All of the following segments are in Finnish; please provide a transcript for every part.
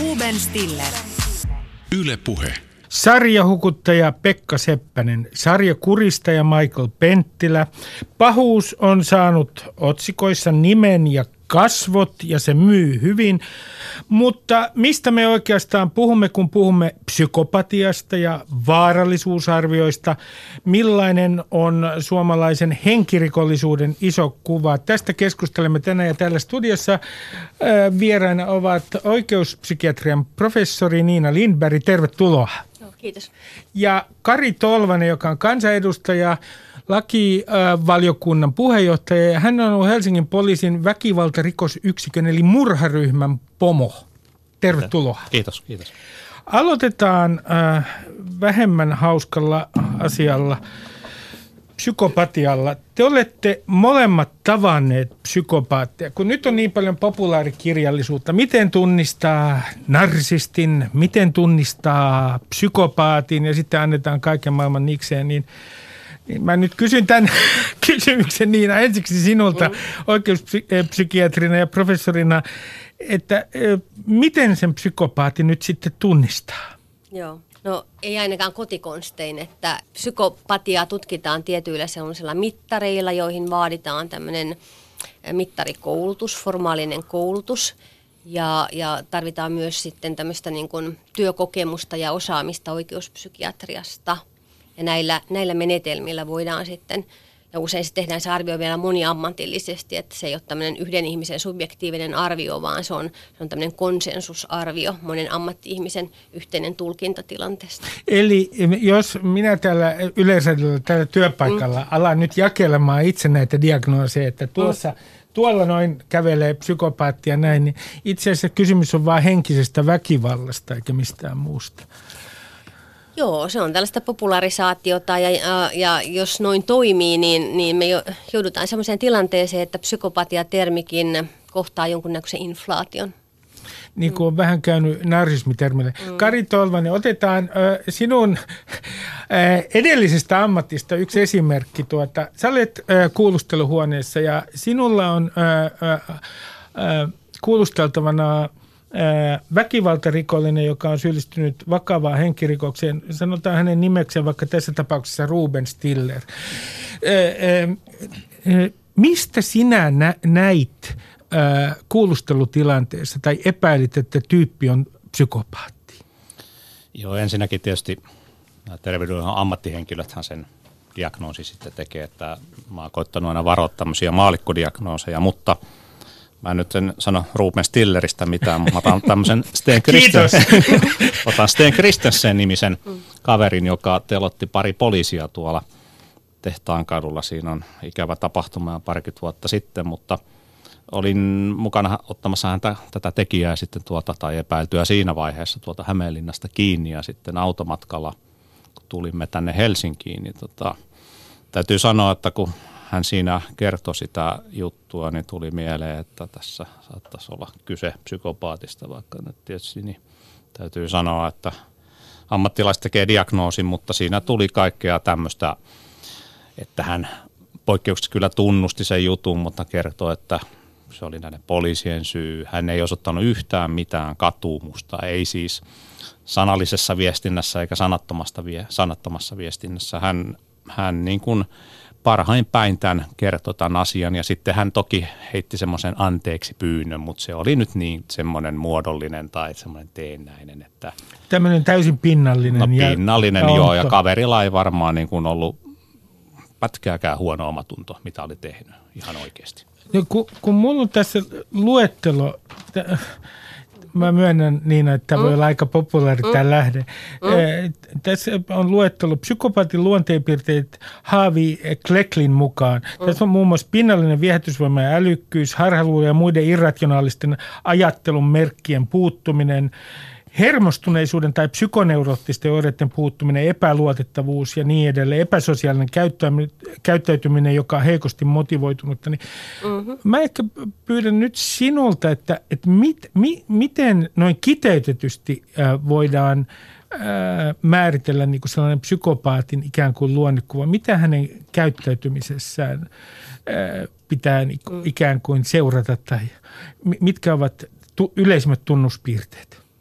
Ruben Stiller. Yle Puhe. Sarjahukuttaja Pekka Seppänen, sarjakuristaja Michael Penttilä. Pahuus on saanut otsikoissa nimen ja kasvot ja se myy hyvin. Mutta mistä me oikeastaan puhumme, kun puhumme psykopatiasta ja vaarallisuusarvioista? Millainen on suomalaisen henkirikollisuuden iso kuva? Tästä keskustelemme tänään ja täällä studiossa vieraina ovat oikeuspsykiatrian professori Niina Lindberg. Tervetuloa. Kiitos. Ja Kari Tolvanen, joka on kansanedustaja, lakivaliokunnan puheenjohtaja, ja hän on ollut Helsingin poliisin väkivaltarikosyksikön eli murharyhmän pomo. Tervetuloa. Kiitos. Aloitetaan vähemmän hauskalla asialla, psykopatialla. Te olette molemmat tavanneet psykopaatteja, kun nyt on niin paljon populaarikirjallisuutta. Miten tunnistaa narsistin, miten tunnistaa psykopaatin ja sitten annetaan kaiken maailman nikseen, niin mä nyt kysyn tämän kysymyksen Niina ensiksi sinulta oikeuspsykiatrina ja professorina, että miten sen psykopaatin nyt sitten tunnistaa? Joo. No ei ainakaan kotikonstein, että psykopatiaa tutkitaan tietyillä sellaisilla mittareilla, joihin vaaditaan tämmöinen mittarikoulutus, formaalinen koulutus ja tarvitaan myös sitten tämmöistä niin kuin työkokemusta ja osaamista oikeuspsykiatriasta. Ja näillä menetelmillä voidaan sitten, ja usein se tehdään se arvio vielä moniammatillisesti, että se ei ole tämmöinen yhden ihmisen subjektiivinen arvio, vaan se on tämmöinen konsensusarvio, monen ammatti-ihmisen yhteinen tulkinta tilanteesta. Eli jos minä täällä Yleisradiolla tällä työpaikalla alan nyt jakelemaan itse näitä diagnooseja, että tuolla noin kävelee psykopaattia näin, niin itse asiassa kysymys on vain henkisestä väkivallasta eikä mistään muusta. Joo, se on tällaista popularisaatiota ja jos noin toimii, niin me joudutaan sellaiseen tilanteeseen, että psykopatia-termikin kohtaa jonkunnäköisen inflaation. Niin kuin on vähän käynyt narsismitermille. Kari Tolvanen, otetaan sinun edellisestä ammatista yksi esimerkki. Sä olet kuulusteluhuoneessa ja sinulla on kuulusteltavana väkivaltarikollinen, joka on syyllistynyt vakavaan henkirikokseen. Sanotaan hänen nimekseen vaikka tässä tapauksessa Ruben Stiller. Mistä sinä näit kuulustelutilanteessa tai epäilit, että tyyppi on psykopaatti? Joo, ensinnäkin tietysti terveydenhuollon ammattihenkilöthän sen diagnoosi sitten tekee, että mä oon koittanut aina varoa tämmöisiä maallikkodiagnooseja, mutta mä en nyt en sano Ruben Stilleristä mitään, mutta mä otan tämmöisen Sten Christensen nimisen kaverin, joka telotti pari poliisia tuolla Tehtaankadulla. Siinä on ikävä tapahtuma parikymmentä vuotta sitten, mutta olin mukana ottamassa häntä tätä tekijää sitten tai epäiltyä siinä vaiheessa tuolta Hämeenlinnasta kiinni ja sitten automatkalla, kun tulimme tänne Helsinkiin, niin täytyy sanoa, että kun hän siinä kertoi sitä juttua, niin tuli mieleen, että tässä saattaisi olla kyse psykopaatista, vaikka nyt tietysti niin täytyy sanoa, että ammattilaiset tekee diagnoosin, mutta siinä tuli kaikkea tämmöistä, että hän poikkeuksessa kyllä tunnusti sen jutun, mutta kertoi, että se oli näiden poliisien syy. Hän ei osoittanut yhtään mitään katumusta, ei siis sanallisessa viestinnässä eikä sanattomassa viestinnässä. Hän niin kuin parhain päin tämän kertoi tämän asian ja sitten hän toki heitti semmoisen anteeksi pyynnön, mutta se oli nyt niin semmoinen muodollinen tai semmoinen teennäinen, että tämmöinen täysin pinnallinen. No pinnallinen joo, ja kaverilla ei varmaan niin kuin ollut pätkääkään huono omatunto, mitä oli tehnyt ihan oikeasti. No, kun mulla on tässä luettelo, mä myönnän Niina, että tämä voi olla aika populaari tämä lähde. Tässä on luettelo psykopaatin luonteenpiirteet Harvey Klecklin mukaan. Tässä on muun muassa pinnallinen viehätysvoima ja älykkyys, harhaluulo ja muiden irrationaalisten ajattelun merkkien puuttuminen, hermostuneisuuden tai psykoneuroottisten oireiden puuttuminen, epäluotettavuus ja niin edelleen, epäsosiaalinen käyttäytyminen, joka on heikosti motivoitunutta. Niin mä ehkä pyydän nyt sinulta, että miten noin kiteytetysti voidaan määritellä niin kuin sellainen psykopaatin ikään kuin luonnekuva. Mitä hänen käyttäytymisessään pitää ikään kuin seurata tai mitkä ovat yleisimmät tunnuspiirteet?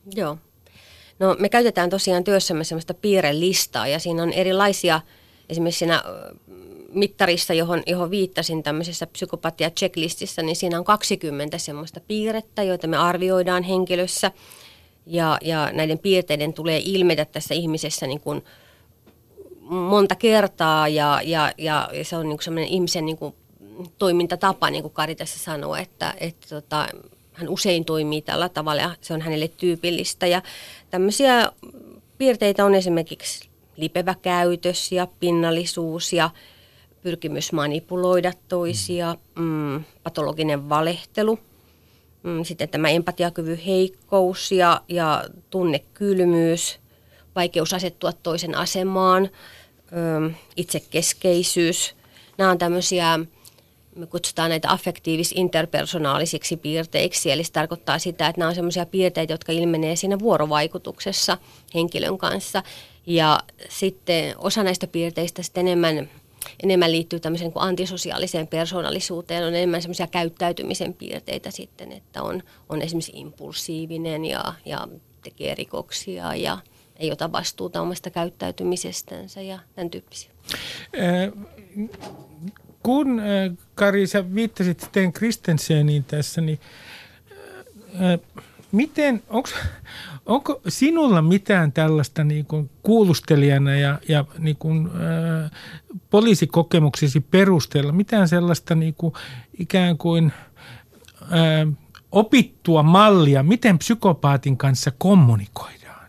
Joo. No me käytetään tosiaan työssämme sellaista piirrelistaa ja siinä on erilaisia, esimerkiksi siinä mittarissa, johon viittasin tämmöisessä psykopatia-checklistissä, niin siinä on 20 semmoista piirrettä, joita me arvioidaan henkilössä ja näiden piirteiden tulee ilmetä tässä ihmisessä niin kuin monta kertaa ja se on niin kuin semmoinen ihmisen niin kuin toimintatapa, niin kuin Kari tässä sanoi, että hän usein toimii tällä tavalla ja se on hänelle tyypillistä. Ja tämmöisiä piirteitä on esimerkiksi lipevä käytös ja pinnallisuus ja pyrkimys manipuloida toisia, patologinen valehtelu, sitten tämä empatiakyvyn heikkous ja tunnekylmyys, vaikeus asettua toisen asemaan, itsekeskeisyys. Nämä on tämmöisiä, me kutsutaan näitä affektiivis-interpersonaalisiksi piirteiksi, eli se tarkoittaa sitä, että nämä on semmoisia piirteitä, jotka ilmenee siinä vuorovaikutuksessa henkilön kanssa. Ja sitten osa näistä piirteistä sitten enemmän liittyy tämmöiseen kuin antisosiaaliseen persoonallisuuteen, on enemmän semmoisia käyttäytymisen piirteitä sitten, että on esimerkiksi impulsiivinen ja tekee rikoksia ja ei ota vastuuta omasta käyttäytymisestänsä ja tämän tyyppisiä. Kun Kari, sä viittasit Sten Christenseniin tässä, niin onko sinulla mitään tällaista niin kuin kuulustelijana ja niin kuin, poliisikokemuksesi perusteella, mitään sellaista niin kuin, ikään kuin opittua mallia, miten psykopaatin kanssa kommunikoidaan?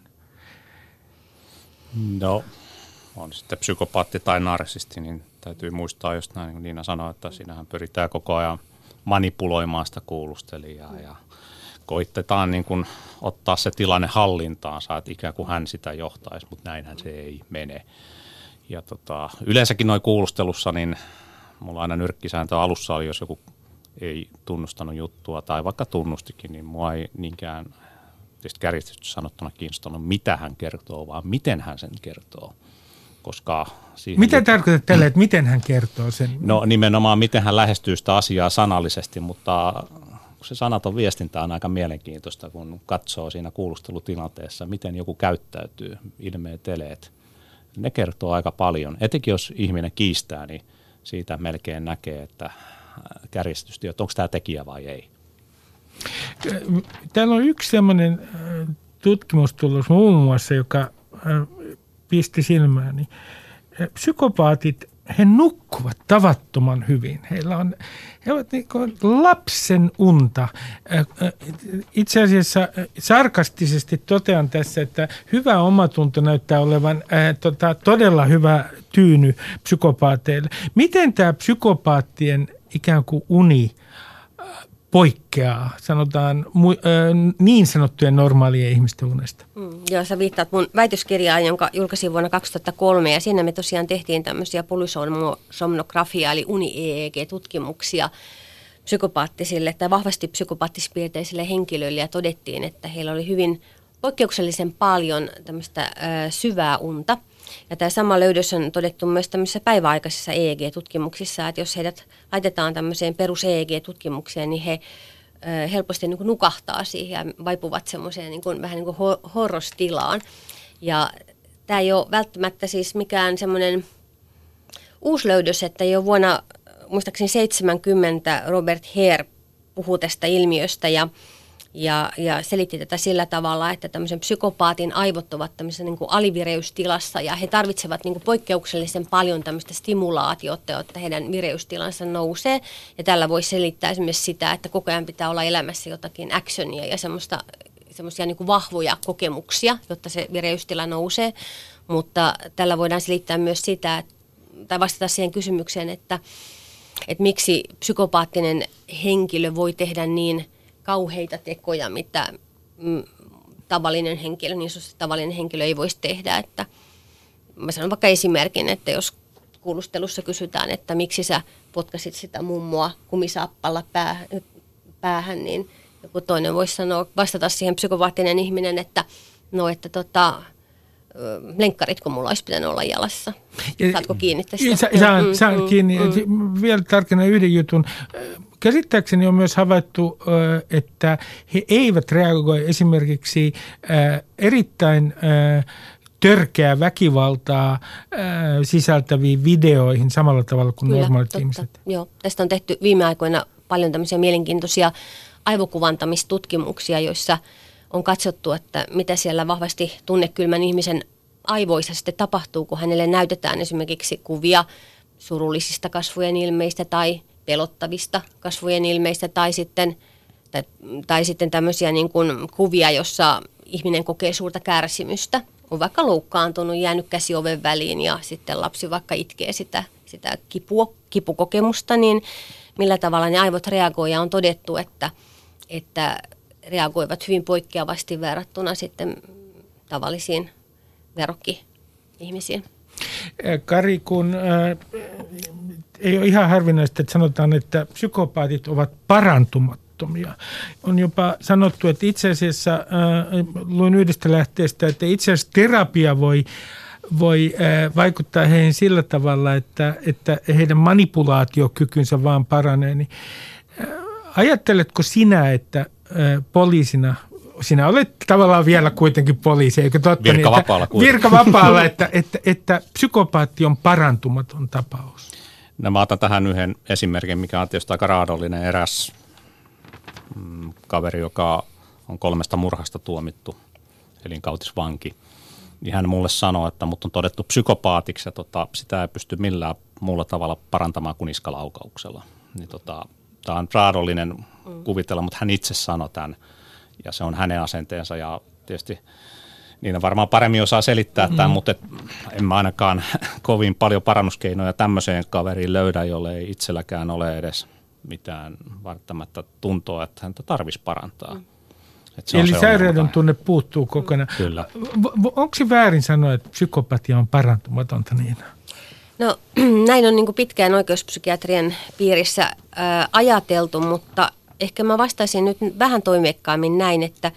No, on sitten psykopaatti tai narsisti, niin täytyy muistaa just näin, niin kuin Niina sanoi, että siinähän pyritään koko ajan manipuloimaan sitä kuulustelijaa ja koitetaan niin kuin ottaa se tilanne hallintaansa, että ikään kuin hän sitä johtaisi, mutta näinhän se ei mene. Ja yleensäkin noin kuulustelussa, niin mulla aina nyrkkisääntö alussa oli, jos joku ei tunnustanut juttua tai vaikka tunnustikin, niin mua ei niinkään tietysti kärjistysti sanottuna kiinnostanut, mitä hän kertoo, vaan miten hän sen kertoo. Koska mitä tarkoitat tällä, että miten hän kertoo sen? No nimenomaan, miten hän lähestyy sitä asiaa sanallisesti, mutta se sanaton viestintä on aika mielenkiintoista, kun katsoo siinä kuulustelutilanteessa, miten joku käyttäytyy, ilmeet, eleet. Ne kertoo aika paljon. Etenkin jos ihminen kiistää, niin siitä melkein näkee, että kärjistysti, että onko tämä tekijä vai ei. Täällä on yksi sellainen tutkimustulos muun muassa, joka pisti silmääni. Psykopaatit, he nukkuvat tavattoman hyvin. He ovat niin kuin lapsen unta. Itse asiassa sarkastisesti totean tässä, että hyvä omatunto näyttää olevan todella hyvä tyyny psykopaateille. Miten tämä psykopaattien ikään kuin uni poikkeaa, sanotaan, niin sanottujen normaalien ihmisten unesta? Joo, sä viittaat mun väitöskirjaan, jonka julkaisin vuonna 2003, ja siinä me tosiaan tehtiin tämmöisiä polysomnografiaa, eli uni-EEG-tutkimuksia psykopaattisille tai vahvasti psykopaattispiirteisille henkilöille, ja todettiin, että heillä oli hyvin poikkeuksellisen paljon tämmöistä syvää unta. Ja tämä sama löydös on todettu myös tämmöisissä päiväaikaisissa EEG-tutkimuksissa, että jos heidät laitetaan tämmöiseen perus-EEG-tutkimukseen, niin he helposti niin kuin nukahtaa siihen ja vaipuvat semmoiseen niin kuin, vähän niin kuin horrostilaan. Ja tämä ei ole välttämättä siis mikään semmoinen uusi löydös, että jo vuonna muistaakseni 70 Robert Hare puhui tästä ilmiöstä ja selitti tätä sillä tavalla, että tämmöisen psykopaatin aivot ovat tämmöisessä niin kuin alivireystilassa ja he tarvitsevat niin kuin poikkeuksellisen paljon tämmöistä stimulaatiota, jotta heidän vireystilansa nousee. Ja tällä voi selittää esimerkiksi sitä, että koko ajan pitää olla elämässä jotakin actionia ja semmoisia niin kuin vahvoja kokemuksia, jotta se vireystila nousee. Mutta tällä voidaan selittää myös sitä, tai vastata siihen kysymykseen, että miksi psykopaattinen henkilö voi tehdä niin kauheita tekoja, mitä tavallinen henkilö, niin sanotusti tavallinen henkilö ei voisi tehdä. Että mä sanon vaikka esimerkin, että jos kuulustelussa kysytään, että miksi sä potkasit sitä mummoa kumisaappalla päähän, niin joku toinen voisi vastata siihen psykopaattinen ihminen, että lenkkarit, kun mulla olisi pitänyt olla jalassa. Saatko kiinni tästä? Saan kiinni. Vielä tarkennan yhden jutun. Käsittääkseni on myös havaittu, että he eivät reagoi esimerkiksi erittäin törkeää väkivaltaa sisältäviin videoihin samalla tavalla kuin normaalit ihmiset. Joo, tästä on tehty viime aikoina paljon tämmöisiä mielenkiintoisia aivokuvantamistutkimuksia, joissa on katsottu, että mitä siellä vahvasti tunnekylmän ihmisen aivoissa sitten tapahtuu, kun hänelle näytetään esimerkiksi kuvia surullisista kasvojen ilmeistä tai pelottavista kasvojen ilmeistä tai sitten tämmöisiä niin kuin kuvia, jossa ihminen kokee suurta kärsimystä. On vaikka loukkaantunut, jäänyt käsi oven väliin ja sitten lapsi vaikka itkee sitä kipukokemusta, niin millä tavalla ne aivot reagoi, ja on todettu, että reagoivat hyvin poikkeavasti verrattuna sitten tavallisiin verrokki-ihmisiin. Kari, kun ei ole ihan harvinaista, että sanotaan, että psykopaatit ovat parantumattomia. On jopa sanottu, että itse asiassa, luin yhdestä lähteestä, että itse asiassa terapia voi vaikuttaa heihin sillä tavalla, että heidän manipulaatiokykynsä vaan paranee. Niin, ajatteletko sinä, että poliisina, sinä olet tavallaan vielä kuitenkin poliisi, eikö totta? Virkavapaalla kuitenkin. Virkavapaalla, että psykopaatti on parantumaton tapaus. No, mä otan tähän yhden esimerkin, mikä on tietysti aika raadollinen. Eräs kaveri, joka on 3 murhasta tuomittu, elinkautisvanki, niin hän mulle sanoi, että mut on todettu psykopaatiksi ja sitä ei pysty millään muulla tavalla parantamaan kuin niskalaukauksella. Niin tämä on raadollinen kuvitella, mutta hän itse sanoi tämän ja se on hänen asenteensa ja tietysti niin varmaan paremmin osaa selittää tämän, mutta en mä ainakaan kovin paljon parannuskeinoja tämmöiseen kaveriin löydä, jolle ei itselläkään ole edes mitään välttämättä tuntoa, että häntä tarvitsisi parantaa. Eli sairauden tunne puuttuu kokonaan. Kyllä. Onko se väärin sanoa, että psykopatia on parantumatonta, Niina? No näin on niin kuin pitkään oikeuspsykiatrian piirissä ajateltu, mutta ehkä mä vastaisin nyt vähän toimeikkaammin näin, että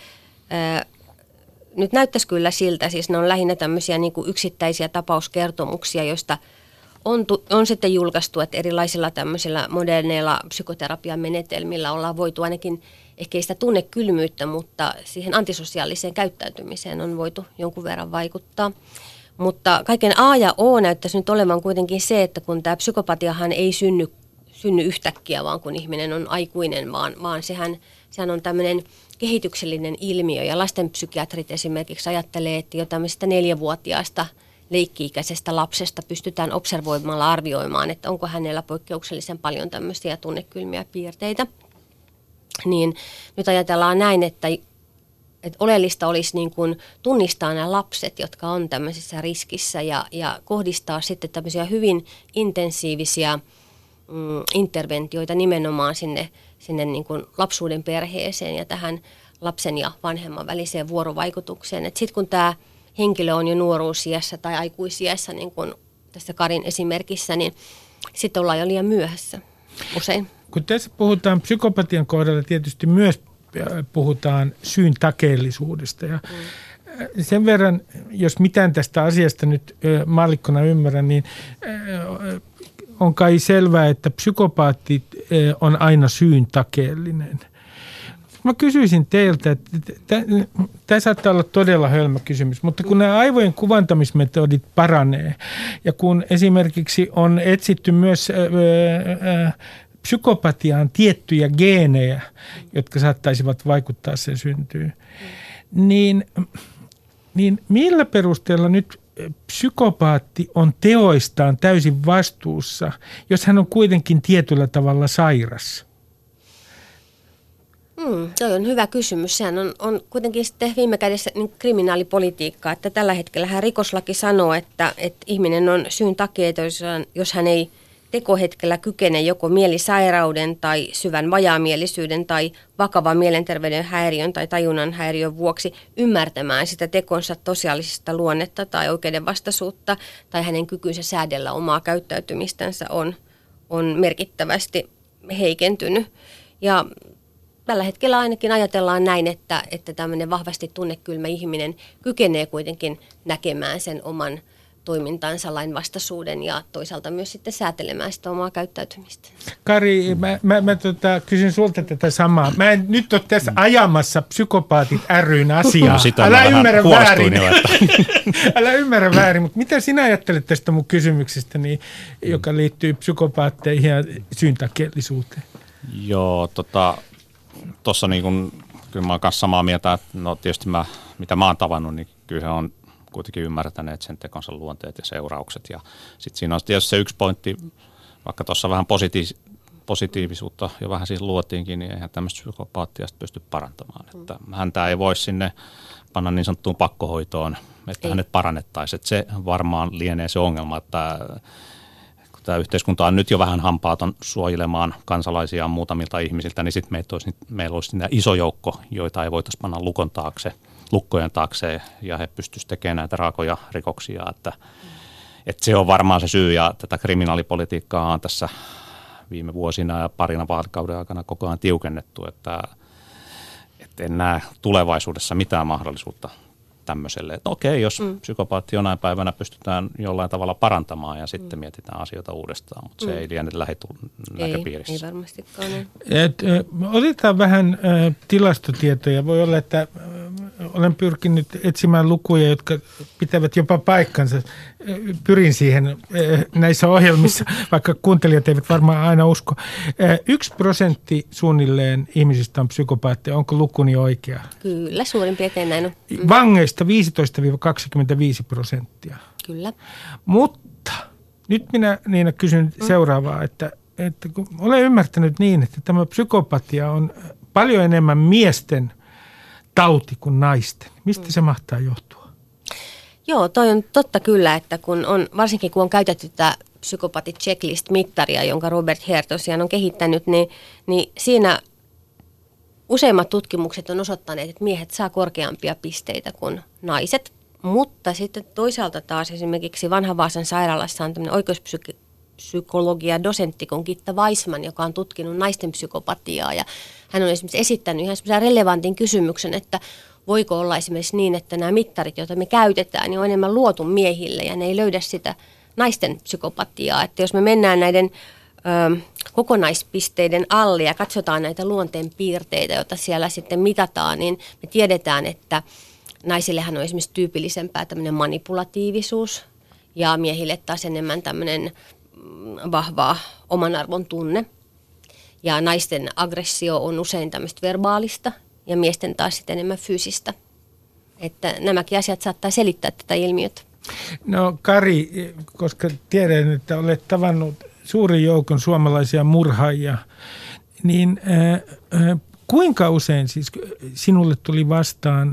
nyt näyttäisi kyllä siltä, siis ne on lähinnä tämmöisiä niin kuin yksittäisiä tapauskertomuksia, joista on sitten julkaistu, että erilaisilla tämmöisillä moderneilla psykoterapian menetelmillä ollaan voitu ainakin, ehkä ei sitä tunnekylmyyttä, mutta siihen antisosiaaliseen käyttäytymiseen on voitu jonkun verran vaikuttaa. Mutta kaiken A ja O näyttäisi nyt olevan kuitenkin se, että kun tämä psykopatiahan ei synny yhtäkkiä, vaan kun ihminen on aikuinen, vaan sehän on tämmöinen kehityksellinen ilmiö. Ja lastenpsykiatrit esimerkiksi ajattelee, että jo tämmöisestä 4-vuotiaasta leikki-ikäisestä lapsesta pystytään observoimalla arvioimaan, että onko hänellä poikkeuksellisen paljon tämmöisiä tunnekylmiä piirteitä. Niin nyt ajatellaan näin, että oleellista olisi niin kuin tunnistaa nämä lapset, jotka on tämmöisissä riskissä ja kohdistaa sitten tämmöisiä hyvin intensiivisiä interventioita nimenomaan sinne niin kuin lapsuuden perheeseen ja tähän lapsen ja vanhemman väliseen vuorovaikutukseen. Sitten kun tämä henkilö on jo nuoruusiässä tai aikuisiässä, niin kuin tässä Karin esimerkissä, niin sitten ollaan jo liian myöhässä usein. Kun tässä puhutaan psykopatian kohdalla, tietysti myös puhutaan syyn takeellisuudesta. Ja sen verran, jos mitään tästä asiasta nyt maallikkona ymmärrän, niin on kai selvää, että psykopaatti on aina syyn takeellinen. Mä kysyisin teiltä, että tämä saattaa olla todella hölmö kysymys, mutta kun nämä aivojen kuvantamismetodit paranee ja kun esimerkiksi on etsitty myös psykopatiaan tiettyjä geenejä, jotka saattaisivat vaikuttaa sen syntyyn, niin millä perusteella nyt psykopaatti on teoistaan täysin vastuussa, jos hän on kuitenkin tietyllä tavalla sairas? Toi on hyvä kysymys. Sehän on kuitenkin sitten viime kädessä niin kriminaalipolitiikkaa, että tällä hetkellä rikoslaki sanoo, että ihminen on syyn takeeta, jos hän ei tekohetkellä kykene joko mielisairauden tai syvän vajaamielisyyden tai vakavan mielenterveyden häiriön tai tajunnan häiriön vuoksi ymmärtämään sitä tekonsa tosiaalisesta luonnetta tai oikeudenvastaisuutta tai hänen kykynsä säädellä omaa käyttäytymistänsä on merkittävästi heikentynyt. Ja tällä hetkellä ainakin ajatellaan näin, että tämmöinen vahvasti tunnekylmä ihminen kykenee kuitenkin näkemään sen oman toimintansa lainvastaisuuden ja toisaalta myös sitten säätelemään sitä omaa käyttäytymistä. Kari, mä kysyn sulta tätä samaa. Mä en nyt ole tässä ajamassa Psykopaatit ryn asiaa. No, älä ymmärrä väärin. Älä ymmärrä väärin, mutta mitä sinä ajattelet tästä mun kysymyksestäni, joka liittyy psykopaatteihin ja syyntakeellisuuteen? Joo, tuossa niin kun, kyllä mä oon kanssa samaa mieltä, että no tietysti mitä mä oon tavannut, niin kyllä he on kuitenkin ymmärtäneet sen tekonsa luonteet ja seuraukset. Ja sitten siinä on tietysti se yksi pointti, vaikka tuossa vähän positiivisuutta jo vähän siis luotiinkin, niin eihän tämmöistä psykopaattia pysty parantamaan. Että häntä ei voi sinne panna niin sanottuun pakkohoitoon, että hänet parannettaisiin. Että se varmaan lienee se ongelma, että kun tämä yhteiskunta on nyt jo vähän hampaaton suojelemaan kansalaisiaan muutamilta ihmisiltä, niin sitten meillä olisi iso joukko, joita ei voitaisiin panna lukkojen taakse ja he pystyisivät tekemään näitä raakoja rikoksia. Että se on varmaan se syy ja tätä kriminaalipolitiikkaa on tässä viime vuosina ja parina vaalikauden aikana koko ajan tiukennettu, että en näe tulevaisuudessa mitään mahdollisuutta tämmöiselle. Että okei, jos psykopaatti jonain päivänä pystytään jollain tavalla parantamaan ja sitten mietitään asioita uudestaan, mutta se ei liene näköpiirissä. Ei varmastikaan. Otetaan vähän tilastotietoja. Voi olla, että olen pyrkinyt etsimään lukuja, jotka pitävät jopa paikkansa. Pyrin siihen näissä ohjelmissa, vaikka kuuntelijat eivät varmaan aina usko. 1% suunnilleen ihmisistä on psykopaatteja. Onko lukuni oikea? Kyllä, suurin piirtein näin on. Vangeista 15-25%. Kyllä. Mutta nyt minä, Niina, kysyn seuraavaa, että kun olen ymmärtänyt niin, että tämä psykopatia on paljon enemmän miesten tauti kuin naisten. Mistä se mahtaa johtua? Joo, toi on totta kyllä, että varsinkin kun on käytetty tätä psykopatit checklist-mittaria, jonka Robert Hare tosiaan on kehittänyt, niin siinä useimmat tutkimukset on osoittaneet, että miehet saa korkeampia pisteitä kuin naiset, mutta sitten toisaalta taas esimerkiksi Vanha-Vaasan sairaalassa on tämmöinen oikeuspsykologia-dosentti kuin Gitta Weissman, joka on tutkinut naisten psykopatiaa ja hän on esimerkiksi esittänyt ihan semmoisen relevantin kysymyksen, että voiko olla esimerkiksi niin, että nämä mittarit, joita me käytetään, niin on enemmän luotu miehille ja ne ei löydä sitä naisten psykopatiaa, että jos me mennään näiden kokonaispisteiden alle ja katsotaan näitä luonteen piirteitä, joita siellä sitten mitataan, niin me tiedetään, että naisillehän on esimerkiksi tyypillisempää tämmöinen manipulatiivisuus ja miehille taas enemmän tämmöinen vahvaa omanarvon tunne. Ja naisten aggressio on usein tämmöistä verbaalista ja miesten taas sitten enemmän fyysistä. Että nämäkin asiat saattaa selittää tätä ilmiötä. No Kari, koska tiedän, että olet tavannut suurin joukon suomalaisia murhaajia, niin kuinka usein siis sinulle tuli vastaan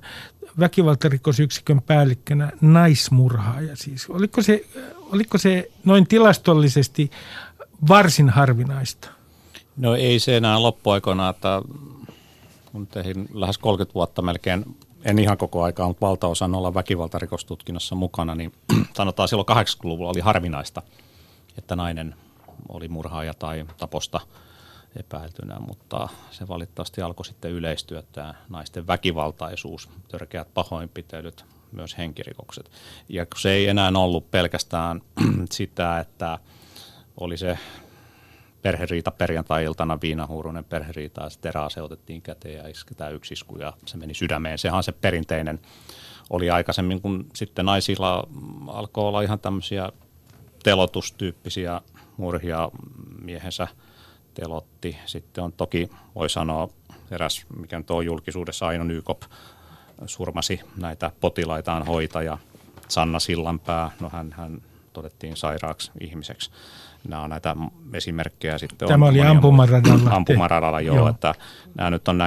väkivaltarikosyksikön päällikkönä naismurhaaja? Siis oliko se noin tilastollisesti varsin harvinaista? No ei se enää loppuaikoina, että kun tein lähes 30 vuotta melkein, en ihan koko aikaa, mutta valtaosan olla väkivaltarikostutkinnassa mukana, niin sanotaan silloin 80-luvulla oli harvinaista, että nainen oli murhaaja tai taposta epäiltynä, mutta se valitettavasti alkoi sitten yleistyä tämä naisten väkivaltaisuus, törkeät pahoinpitelyt, myös henkirikokset. Ja se ei enää ollut pelkästään sitä, että oli se perheriita perjantai-iltana, viinahuuruinen perheriita, ja sitten teräase otettiin käteen ja isketään yksi isku ja se meni sydämeen. Sehän on se perinteinen. Oli aikaisemmin, kun sitten naisilla alkoi olla ihan tämmöisiä telotustyyppisiä murhia, miehensä telotti. Sitten on toki, voi sanoa, eräs, mikä nyt on julkisuudessa, Aino Nykop surmasi näitä potilaitaan hoitaja Sanna Sillanpää. No hän todettiin sairaaksi ihmiseksi. Nämä on näitä esimerkkejä. Sitten tämä oli ampumaradalla. Ampumaradalla, joo. Että nämä nyt on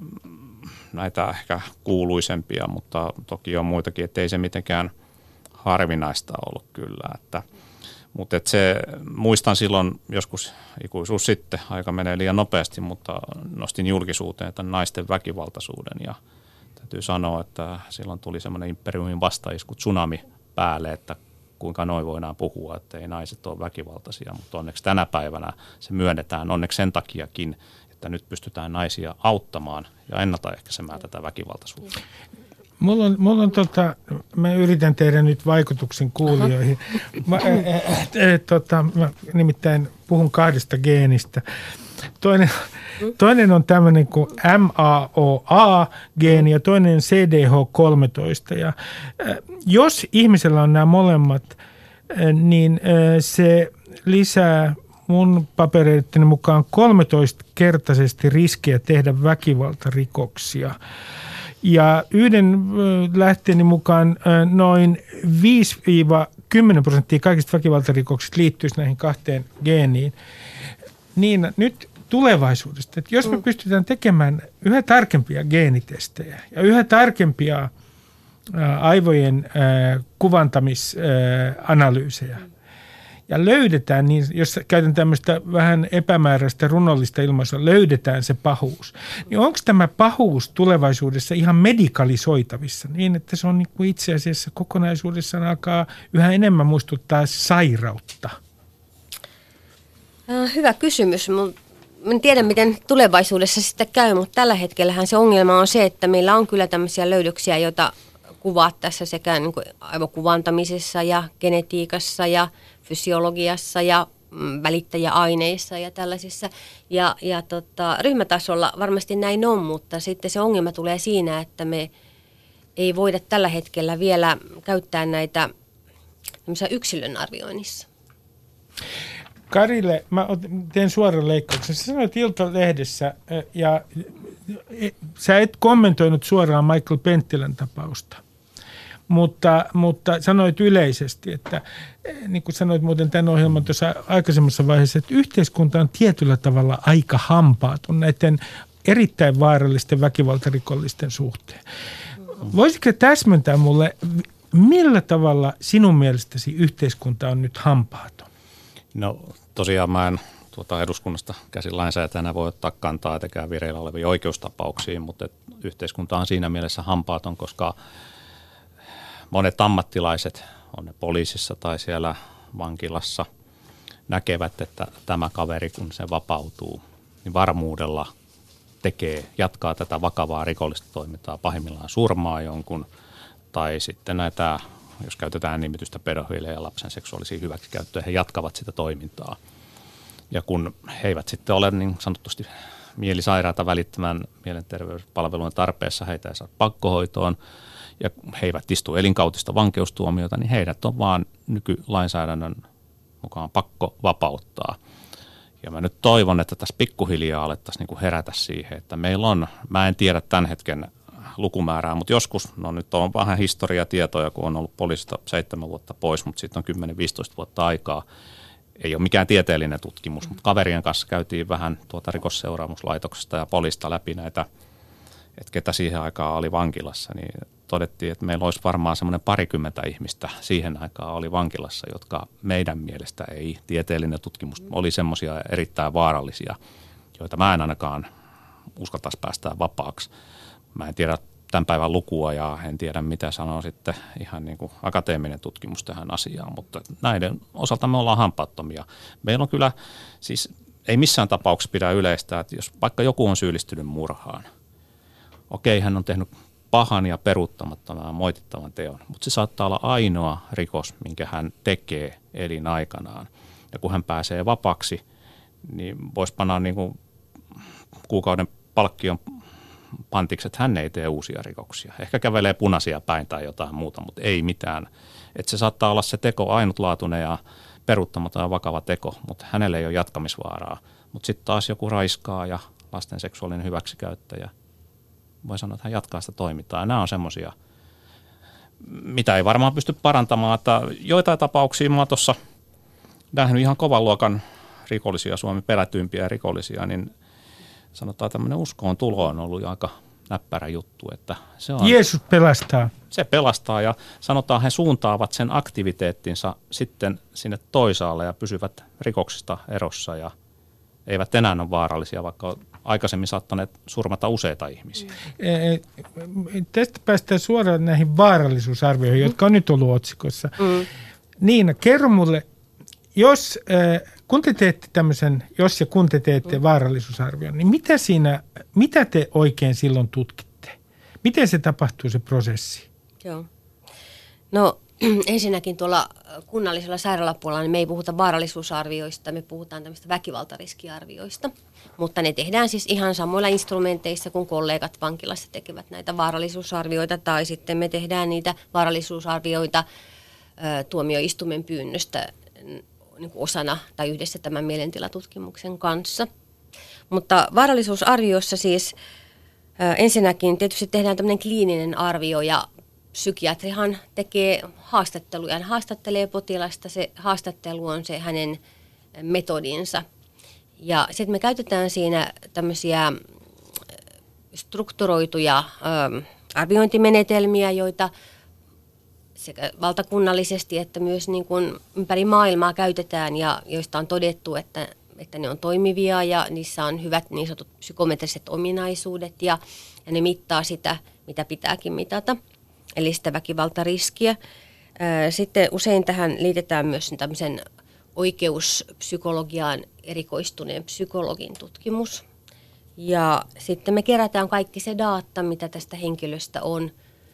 näitä ehkä kuuluisempia, mutta toki on muitakin, ettei se mitenkään harvinaista ollut kyllä. Mutta muistan silloin joskus ikuisuus sitten, aika menee liian nopeasti, mutta nostin julkisuuteen tämän naisten väkivaltaisuuden ja täytyy sanoa, että silloin tuli semmoinen imperiumin vastaisku tsunami päälle, että kuinka noin voidaan puhua, että ei naiset ole väkivaltaisia, mutta onneksi tänä päivänä se myönnetään, onneksi sen takiakin, että että nyt pystytään naisia auttamaan ja ennaltaehkäisemään tätä väkivaltaisuutta. Mulla on mä yritän tehdä nyt vaikutuksen kuulijoihin. Mä nimittäin puhun 2 geenistä. Toinen on tämmöinen kuin MAOA-geeni ja toinen on CDH13. Ja jos ihmisellä on nämä molemmat, niin se lisää mun papereiden mukaan 13-kertaisesti riskejä tehdä väkivaltarikoksia. Ja yhden lähteeni mukaan noin 5-10% kaikista väkivaltarikoksista liittyisi näihin 2 geeniin. Niin nyt tulevaisuudesta, että jos me pystytään tekemään yhä tarkempia geenitestejä ja yhä tarkempia aivojen kuvantamisanalyysejä, ja löydetään, niin jos käytän tämmöistä vähän epämääräistä runollista ilmaisua, löydetään se pahuus. Niin onko tämä pahuus tulevaisuudessa ihan medikalisoitavissa niin, että se on niin kuin itse asiassa kokonaisuudessaan alkaa yhä enemmän muistuttaa sairautta? Hyvä kysymys. En tiedä, miten tulevaisuudessa sitten käy, mutta tällä hetkellähän se ongelma on se, että meillä on kyllä tämmöisiä löydöksiä, joita kuvaat tässä sekä niin kuin aivokuvantamisessa ja genetiikassa ja fysiologiassa ja välittäjäaineissa ja tällaisissa. Ja ryhmätasolla varmasti näin on, mutta sitten se ongelma tulee siinä, että me ei voida tällä hetkellä vielä käyttää näitä yksilön arvioinnissa. Karille, mä teen suoran leikkauksen. Sä sanoit Ilta-lehdessä, ja sä et kommentoinut suoraan Michael Penttilän tapausta, mutta sanoit yleisesti, että niin kuin sanoit muuten tämän ohjelman tuossa aikaisemmassa vaiheessa, että yhteiskunta on tietyllä tavalla aika hampaaton näiden erittäin vaarallisten väkivaltarikollisten suhteen. Voisitko täsmentää mulle, millä tavalla sinun mielestäsi yhteiskunta on nyt hampaaton? No tosiaan mä en eduskunnasta käsin lainsäätäjänä voi ottaa kantaa etenkään vireillä oleviin oikeustapauksiin, mutta yhteiskunta on siinä mielessä hampaaton, koska monet ammattilaiset, on ne poliisissa tai siellä vankilassa, näkevät, että tämä kaveri, kun se vapautuu, niin varmuudella jatkaa tätä vakavaa rikollista toimintaa, pahimmillaan surmaa jonkun, tai sitten näitä, jos käytetään nimitystä pedofiileja ja lapsen seksuaalisia hyväksikäyttöjä, he jatkavat sitä toimintaa. Ja kun he eivät sitten ole niin sanotusti mielisairaata välittämään mielenterveyspalvelujen tarpeessa, heitä ei saa pakkohoitoon ja he eivät istu elinkautista vankeustuomiota, niin heidät on vaan nykylainsäädännön mukaan pakko vapauttaa. Ja mä nyt toivon, että tässä pikkuhiljaa alettaisiin niin kuin herätä siihen, että meillä on, mä en tiedä tämän hetken lukumäärää, mutta joskus, no nyt on vähän historiatietoja, kun on ollut poliisista 7 vuotta pois, mutta sitten on 10-15 vuotta aikaa. Ei ole mikään tieteellinen tutkimus, mutta kaverien kanssa käytiin vähän rikosseuraamuslaitoksesta ja poliista läpi näitä, että ketä siihen aikaan oli vankilassa, niin todettiin, että meillä olisi varmaan semmoinen 20 ihmistä siihen aikaan oli vankilassa, jotka meidän mielestä ei tieteellinen tutkimus oli semmoisia erittäin vaarallisia, joita mä en ainakaan uskaltaisi päästää vapaaksi. Mä en tiedä tämän päivän lukua ja en tiedä mitä sanoo sitten ihan niin kuin akateeminen tutkimus tähän asiaan, mutta näiden osalta me ollaan hampaattomia. Meillä on kyllä, siis ei missään tapauksessa pidä yleistää, että jos vaikka joku on syyllistynyt murhaan, okei, hän on tehnyt pahan ja peruuttamattoman ja moitittavan teon, mutta se saattaa olla ainoa rikos, minkä hän tekee elinaikanaan. Ja kun hän pääsee vapaaksi, niin voisi panna niin kuin kuukauden palkkion pantiksi, että hän ei tee uusia rikoksia. Ehkä kävelee punaisia päin tai jotain muuta, mutta ei mitään. Että se saattaa olla se teko ainutlaatuinen ja peruuttamaton ja vakava teko, mutta hänelle ei ole jatkamisvaaraa. Mutta sitten taas joku raiskaa ja lasten seksuaalinen hyväksikäyttäjä. Voi sanoa, että hän jatkaa sitä toimintaa. Ja nämä on semmoisia, mitä ei varmaan pysty parantamaan. Että joitain tapauksia mä oon tuossa nähnyt ihan kovan luokan rikollisia, Suomen pelätyimpiä rikollisia, niin sanotaan tämmöinen uskoon tulo on ollut aika näppärä juttu. Että se on, Jeesus pelastaa. Se pelastaa ja sanotaan he suuntaavat sen aktiviteettinsa sitten sinne toisaalle ja pysyvät rikoksista erossa ja eivät enää ole vaarallisia, vaikka aikaisemmin saattaneet surmata useita ihmisiä. Tästä päästään suoraan näihin vaarallisuusarvioihin, jotka on nyt ollut otsikossa. Niina, kerro mulle, jos kun te teette tämmöisen, jos ja kun te teette vaarallisuusarvion, niin mitä te oikein silloin tutkitte? Miten se tapahtuu se prosessi? Joo. No ensinnäkin tuolla kunnallisella sairaalapuolella niin me ei puhuta vaarallisuusarvioista, me puhutaan tämmöistä väkivaltariskiarvioista, mutta ne tehdään siis ihan samoilla instrumenteissa, kun kollegat vankilassa tekevät näitä vaarallisuusarvioita, tai sitten me tehdään niitä vaarallisuusarvioita tuomioistuimen pyynnöstä niin kuin osana tai yhdessä tämän mielentilatutkimuksen kanssa. Mutta vaarallisuusarviossa siis ensinnäkin tietysti tehdään tämmöinen kliininen arvio ja psykiatrihan tekee haastatteluja. Hän haastattelee potilasta, se haastattelu on se hänen metodinsa. Ja sitten me käytetään siinä tämmöisiä strukturoituja arviointimenetelmiä, joita sekä valtakunnallisesti että myös niin kuin ympäri maailmaa käytetään ja joista on todettu, että ne on toimivia ja niissä on hyvät niin sanotut psykometriset ominaisuudet ja ne mittaa sitä, mitä pitääkin mitata, eli sitä väkivaltariskiä. Sitten usein tähän liitetään myös tämmöisen oikeuspsykologiaan erikoistuneen psykologin tutkimus. Ja sitten me kerätään kaikki se data, mitä tästä henkilöstä on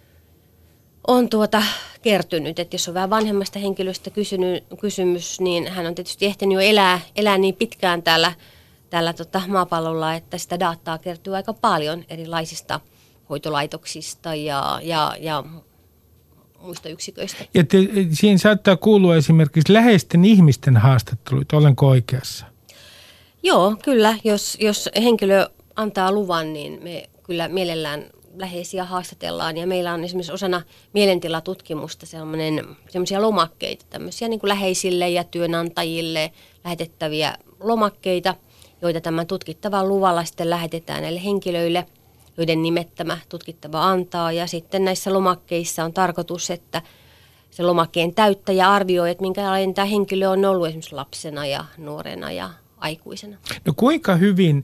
kertynyt. Että jos on vähän vanhemmasta henkilöstä kysymys, niin hän on tietysti ehtinyt jo elää niin pitkään täällä maapallolla, että sitä dataa kertyy aika paljon erilaisista hoitolaitoksista ja muista yksiköistä. Ja siinä saattaa kuulua esimerkiksi läheisten ihmisten haastatteluita, olenko oikeassa? Joo, kyllä. Jos henkilö antaa luvan, niin me kyllä mielellään läheisiä haastatellaan. Ja meillä on esimerkiksi osana mielentilatutkimusta sellaisia lomakkeita, tämmöisiä niin kuin läheisille ja työnantajille lähetettäviä lomakkeita, joita tämän tutkittavan luvalla sitten lähetetään näille henkilöille, joiden nimettämä tutkittava antaa. Ja sitten näissä lomakkeissa on tarkoitus, että se lomakkeen täyttäjä arvioi, että minkälainen tämä henkilö on ollut esimerkiksi lapsena ja nuorena ja aikuisena. No kuinka hyvin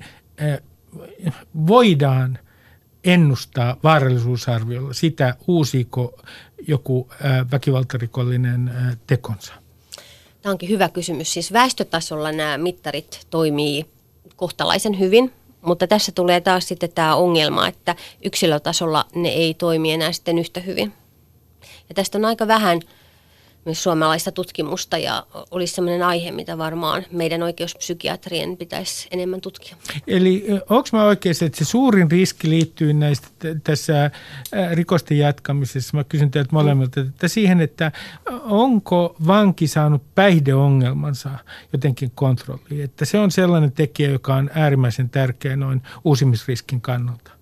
voidaan ennustaa vaarallisuusarviolla sitä, uusiko joku väkivaltarikollinen tekonsa? Tämä onkin hyvä kysymys. Siis väestötasolla nämä mittarit toimii kohtalaisen hyvin, mutta tässä tulee taas sitten tämä ongelma, että yksilötasolla ne ei toimi enää sitten yhtä hyvin. Ja tästä on aika vähän myös suomalaista tutkimusta ja olisi sellainen aihe, mitä varmaan meidän oikeuspsykiatrien pitäisi enemmän tutkia. Eli onko mä oikeassa, että se suurin riski liittyy tässä rikosten jatkamisessa, mä kysyn teiltä molemmilta, että siihen, että onko vanki saanut päihdeongelmansa jotenkin kontrolliin, että se on sellainen tekijä, joka on äärimmäisen tärkeä noin uusimisriskin kannalta.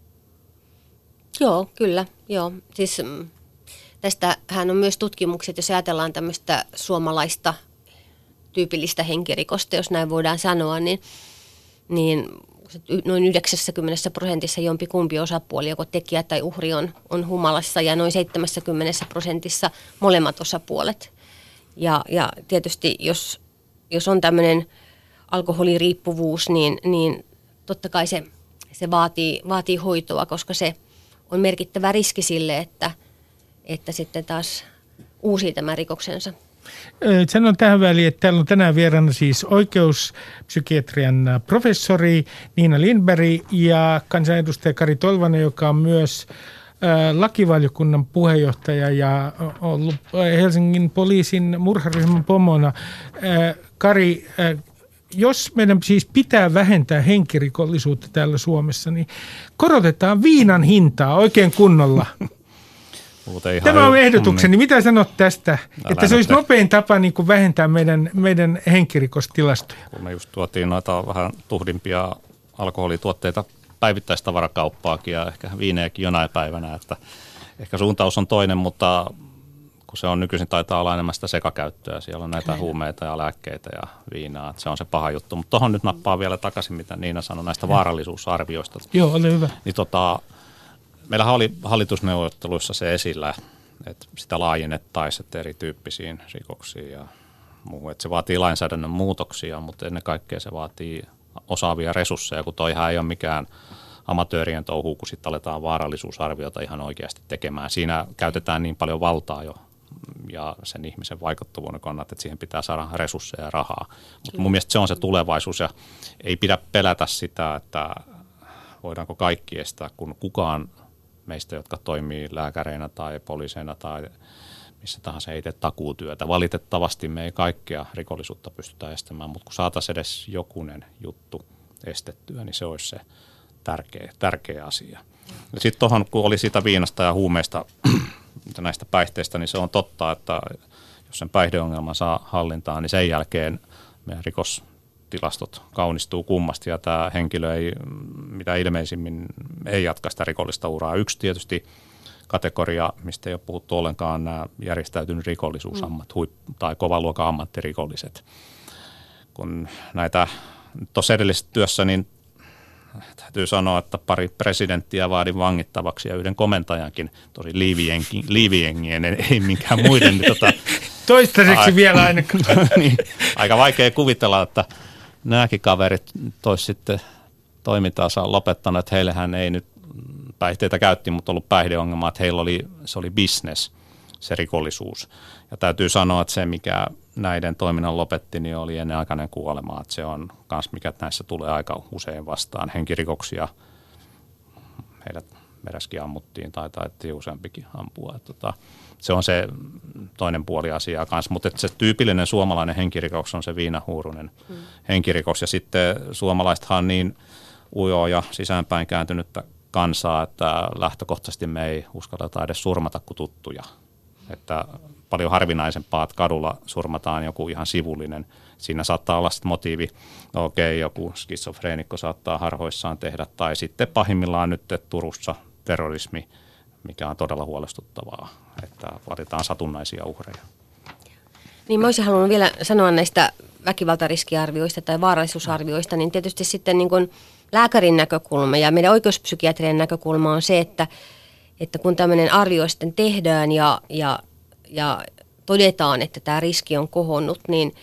Joo, kyllä. Joo. Siis tästähän on myös tutkimukset, jos ajatellaan tämmöistä suomalaista tyypillistä henkirikosta, jos näin voidaan sanoa, niin noin 90% jompikumpi osapuoli, joko tekijä tai uhri on humalassa ja noin 70% molemmat osapuolet. Ja tietysti jos on tämmöinen alkoholiriippuvuus, niin totta kai se vaatii hoitoa, koska se on merkittävä riski sille, että sitten taas uusii tämän rikoksensa. Sanon tähän väliin, että täällä on tänään vieraana siis oikeuspsykiatrian professori Niina Lindberg ja kansanedustaja Kari Tolvanen, joka on myös lakivaliokunnan puheenjohtaja ja ollut Helsingin poliisin murharyhmän pomona. Kari, jos meidän siis pitää vähentää henkirikollisuutta täällä Suomessa, niin korotetaan viinan hintaa oikein kunnolla. Tämä on ehdotukseni. Mitä sanot tästä, että se olisi nopein tapa niin kuin vähentää meidän henkirikostilastoja? Kun me just tuotiin noita vähän tuhdimpia alkoholituotteita päivittäistavarakauppaakin ja ehkä viinejäkin jonain päivänä, että ehkä suuntaus on toinen, mutta kun se on nykyisin taitaa olla enemmän sitä sekakäyttöä, siellä on näitä huumeita ja lääkkeitä ja viinaa, että se on se paha juttu. Mutta tuohon nyt nappaa vielä takaisin, mitä Niina sanoi näistä vaarallisuusarvioista. Joo, ole hyvä. Niin meillähän oli hallitusneuvotteluissa se esillä, että sitä laajennettaisiin erityyppisiin rikoksiin ja muuhun. Että se vaatii lainsäädännön muutoksia, mutta ennen kaikkea se vaatii osaavia resursseja, kun toihan ei ole mikään amatöörien touhuu, kun sitten aletaan vaarallisuusarviota ihan oikeasti tekemään. Siinä käytetään niin paljon valtaa jo ja sen ihmisen vaikuttavuuden kannalta, että siihen pitää saada resursseja ja rahaa. Mutta mun mielestä se on se tulevaisuus ja ei pidä pelätä sitä, että voidaanko kaikki estää, kun kukaan meistä, jotka toimii lääkäreinä tai poliiseina tai missä tahansa ei tee takuutyötä. Valitettavasti me ei kaikkea rikollisuutta pystytä estämään, mutta kun saataisiin edes jokunen juttu estettyä, niin se olisi se tärkeä asia. Sitten tuohon, kun oli siitä viinasta ja huumeista, näistä päihteistä, niin se on totta, että jos sen päihdeongelman saa hallintaan, niin sen jälkeen meidän rikostilastot kaunistuu kummasti ja tämä henkilö ei mitä ilmeisimmin ei jatka sitä rikollista uraa. Yksi tietysti kategoria, mistä ei ole puhuttu ollenkaan, nämä järjestäytynyt rikollisuus, tai kovan luokan ammattirikolliset. Kun näitä tuossa edellisessä työssä, niin täytyy sanoa, että pari presidenttiä vaadin vangittavaksi ja yhden komentajankin, tosi liivijengien, ei minkään muiden. Niin toistaiseksi vielä ainakaan. Niin, aika vaikea kuvitella, että nämäkin kaverit tois sitten toimintaansa lopettanut, että heillehän ei nyt päihteitä käytti, mutta ollut päihdeongelma, että heillä se oli business, se rikollisuus. Ja täytyy sanoa, että se, mikä näiden toiminnan lopetti, niin oli ennenaikainen kuolema. Että se on myös, mikä näissä tulee aika usein vastaan. Henkirikoksia, heidät meräskin ammuttiin tai taidettiin useampikin ampua. Se on se toinen puoli asiaa kanssa, mutta se tyypillinen suomalainen henkirikos on se viinahuurunen henkirikos. Ja sitten suomalaisethan on niin ujoa ja sisäänpäin kääntynyttä kansaa, että lähtökohtaisesti me ei uskalleta edes surmata kuin tuttuja. Että paljon harvinaisempaa, että kadulla surmataan joku ihan sivullinen. Siinä saattaa olla sitten motiivi, no okei, joku skitsofreenikko saattaa harhoissaan tehdä, tai sitten pahimmillaan nyt Turussa terrorismi, mikä on todella huolestuttavaa, että valitaan satunnaisia uhreja. Niin mä olisin halunnut vielä sanoa näistä väkivaltariskiarvioista tai vaarallisuusarvioista, niin tietysti sitten niin kuin lääkärin näkökulma ja meidän oikeuspsykiatrian näkökulma on se, että kun tämmöinen arvio sitten tehdään ja todetaan, että tämä riski on kohonnut, niin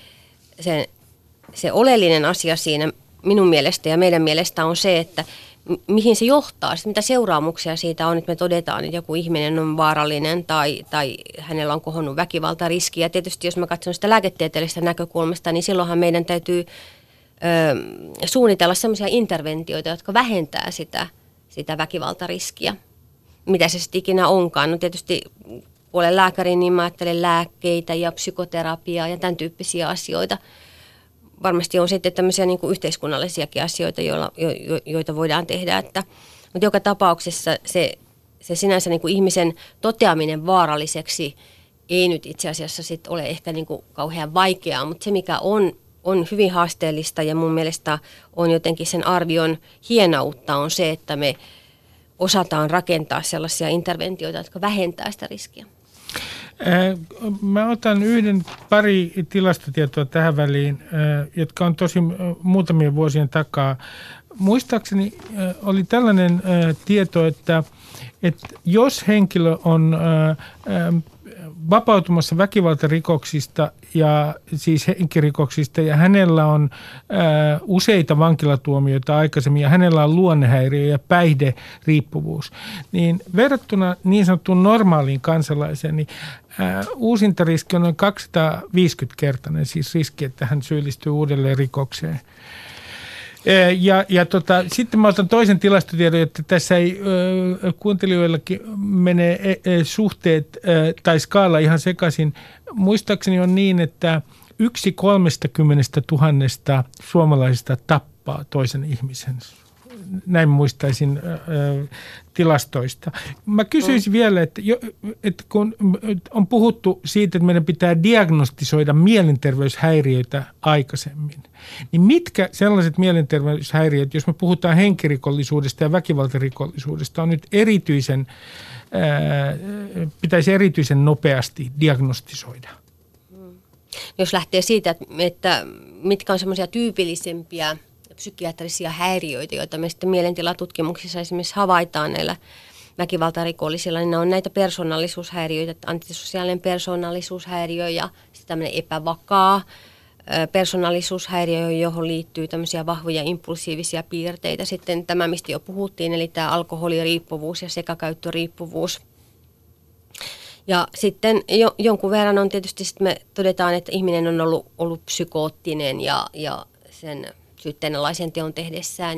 se oleellinen asia siinä minun mielestä ja meidän mielestä on se, että mihin se johtaa, mitä seuraamuksia siitä on, että me todetaan, että joku ihminen on vaarallinen tai hänellä on kohonnut väkivaltariski. Ja tietysti jos mä katson sitä lääketieteellisestä näkökulmasta, niin silloinhan meidän täytyy suunnitella sellaisia interventioita, jotka vähentää sitä väkivaltariskiä, mitä se sitten ikinä onkaan. No tietysti puolen lääkärin, niin mä ajattelen lääkkeitä ja psykoterapiaa ja tämän tyyppisiä asioita. Varmasti on sitten tämmöisiä niin kuin yhteiskunnallisiakin asioita, joita voidaan tehdä. Mutta joka tapauksessa se sinänsä niin kuin ihmisen toteaminen vaaralliseksi ei nyt itse asiassa sit ole ehkä niin kuin kauhean vaikeaa, mutta se mikä on hyvin haasteellista ja mun mielestä on jotenkin sen arvion hienoutta on se, että me osataan rakentaa sellaisia interventioita, jotka vähentää sitä riskiä. Mä otan pari tilastotietoa tähän väliin, jotka on tosi muutamien vuosien takaa. Muistaakseni oli tällainen tieto, että jos henkilö on vapautumassa väkivaltarikoksista ja siis henkirikoksista ja hänellä on useita vankilatuomioita aikaisemmin ja hänellä on luonnehäiriö ja päihderiippuvuus, niin verrattuna niin sanottuun normaaliin kansalaiseen, niin uusintariski on noin 250-kertainen, siis riski, että hän syyllistyy uudelleen rikokseen. Sitten mä otan toisen tilastotiedon, että tässä ei kuuntelijoillakin mene suhteet tai skaala ihan sekaisin. Muistaakseni on niin, että 1/30,000 suomalaisista tappaa toisen ihmisen. Näin muistaisin tilastoista. Mä kysyisin vielä, että kun on puhuttu siitä, että meidän pitää diagnostisoida mielenterveyshäiriöitä aikaisemmin, niin mitkä sellaiset mielenterveyshäiriöt, jos me puhutaan henkirikollisuudesta ja väkivaltarikollisuudesta, on nyt pitäisi erityisen nopeasti diagnostisoida? Jos lähtee siitä, että mitkä on semmoisia tyypillisempiä psykiatrisia häiriöitä, joita me sitten mielentilatutkimuksissa esimerkiksi havaitaan näillä väkivaltarikollisilla, niin ne on näitä persoonallisuushäiriöitä, antisosiaalinen persoonallisuushäiriö ja sitten tämmöinen epävakaa persoonallisuushäiriö, johon liittyy tämmöisiä vahvoja impulsiivisia piirteitä. Sitten tämä, mistä jo puhuttiin, eli tämä alkoholiriippuvuus ja sekakäyttöriippuvuus. Ja sitten jonkun verran on tietysti, sit me todetaan, että ihminen on ollut psykoottinen ja sen syytteenalaisen teon tehdessään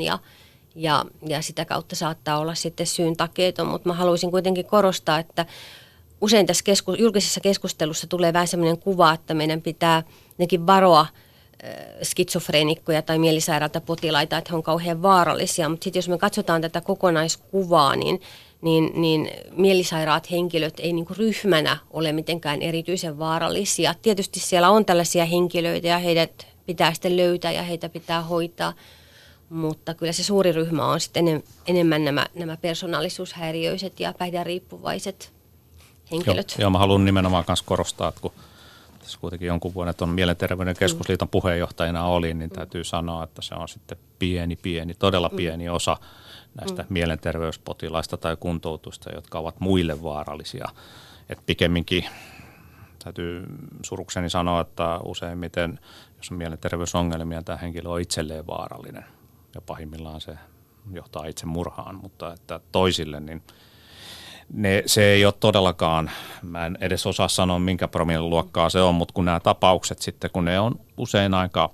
ja sitä kautta saattaa olla sitten syyn takeeton, mutta mä haluaisin kuitenkin korostaa, että usein tässä julkisessa keskustelussa tulee vähän sellainen kuva, että meidän pitää nekin varoa skitsofreenikkoja tai mielisairaita potilaita, että he on kauhean vaarallisia, mutta sitten jos me katsotaan tätä kokonaiskuvaa, niin mielisairaat henkilöt ei niin kuin ryhmänä ole mitenkään erityisen vaarallisia. Tietysti siellä on tällaisia henkilöitä ja heidät pitää sitten löytää ja heitä pitää hoitaa, mutta kyllä se suuri ryhmä on sitten enemmän nämä persoonallisuushäiriöiset ja päihderiippuvaiset henkilöt. Joo, mä haluan nimenomaan myös korostaa, että kun tässä kuitenkin jonkun vuoden tuon Mielenterveyden keskusliiton puheenjohtajana olin, niin täytyy sanoa, että se on sitten todella pieni osa näistä mielenterveyspotilaista tai kuntoutusta, jotka ovat muille vaarallisia. Että pikemminkin täytyy surukseni sanoa, että useimmiten, jos on mielenterveysongelmia, tämä henkilö on itselleen vaarallinen ja pahimmillaan se johtaa itse murhaan, mutta että toisille niin se ei ole todellakaan, mä en edes osaa sanoa minkä promilleluokkaa se on, mutta kun nämä tapaukset sitten, kun ne on usein aika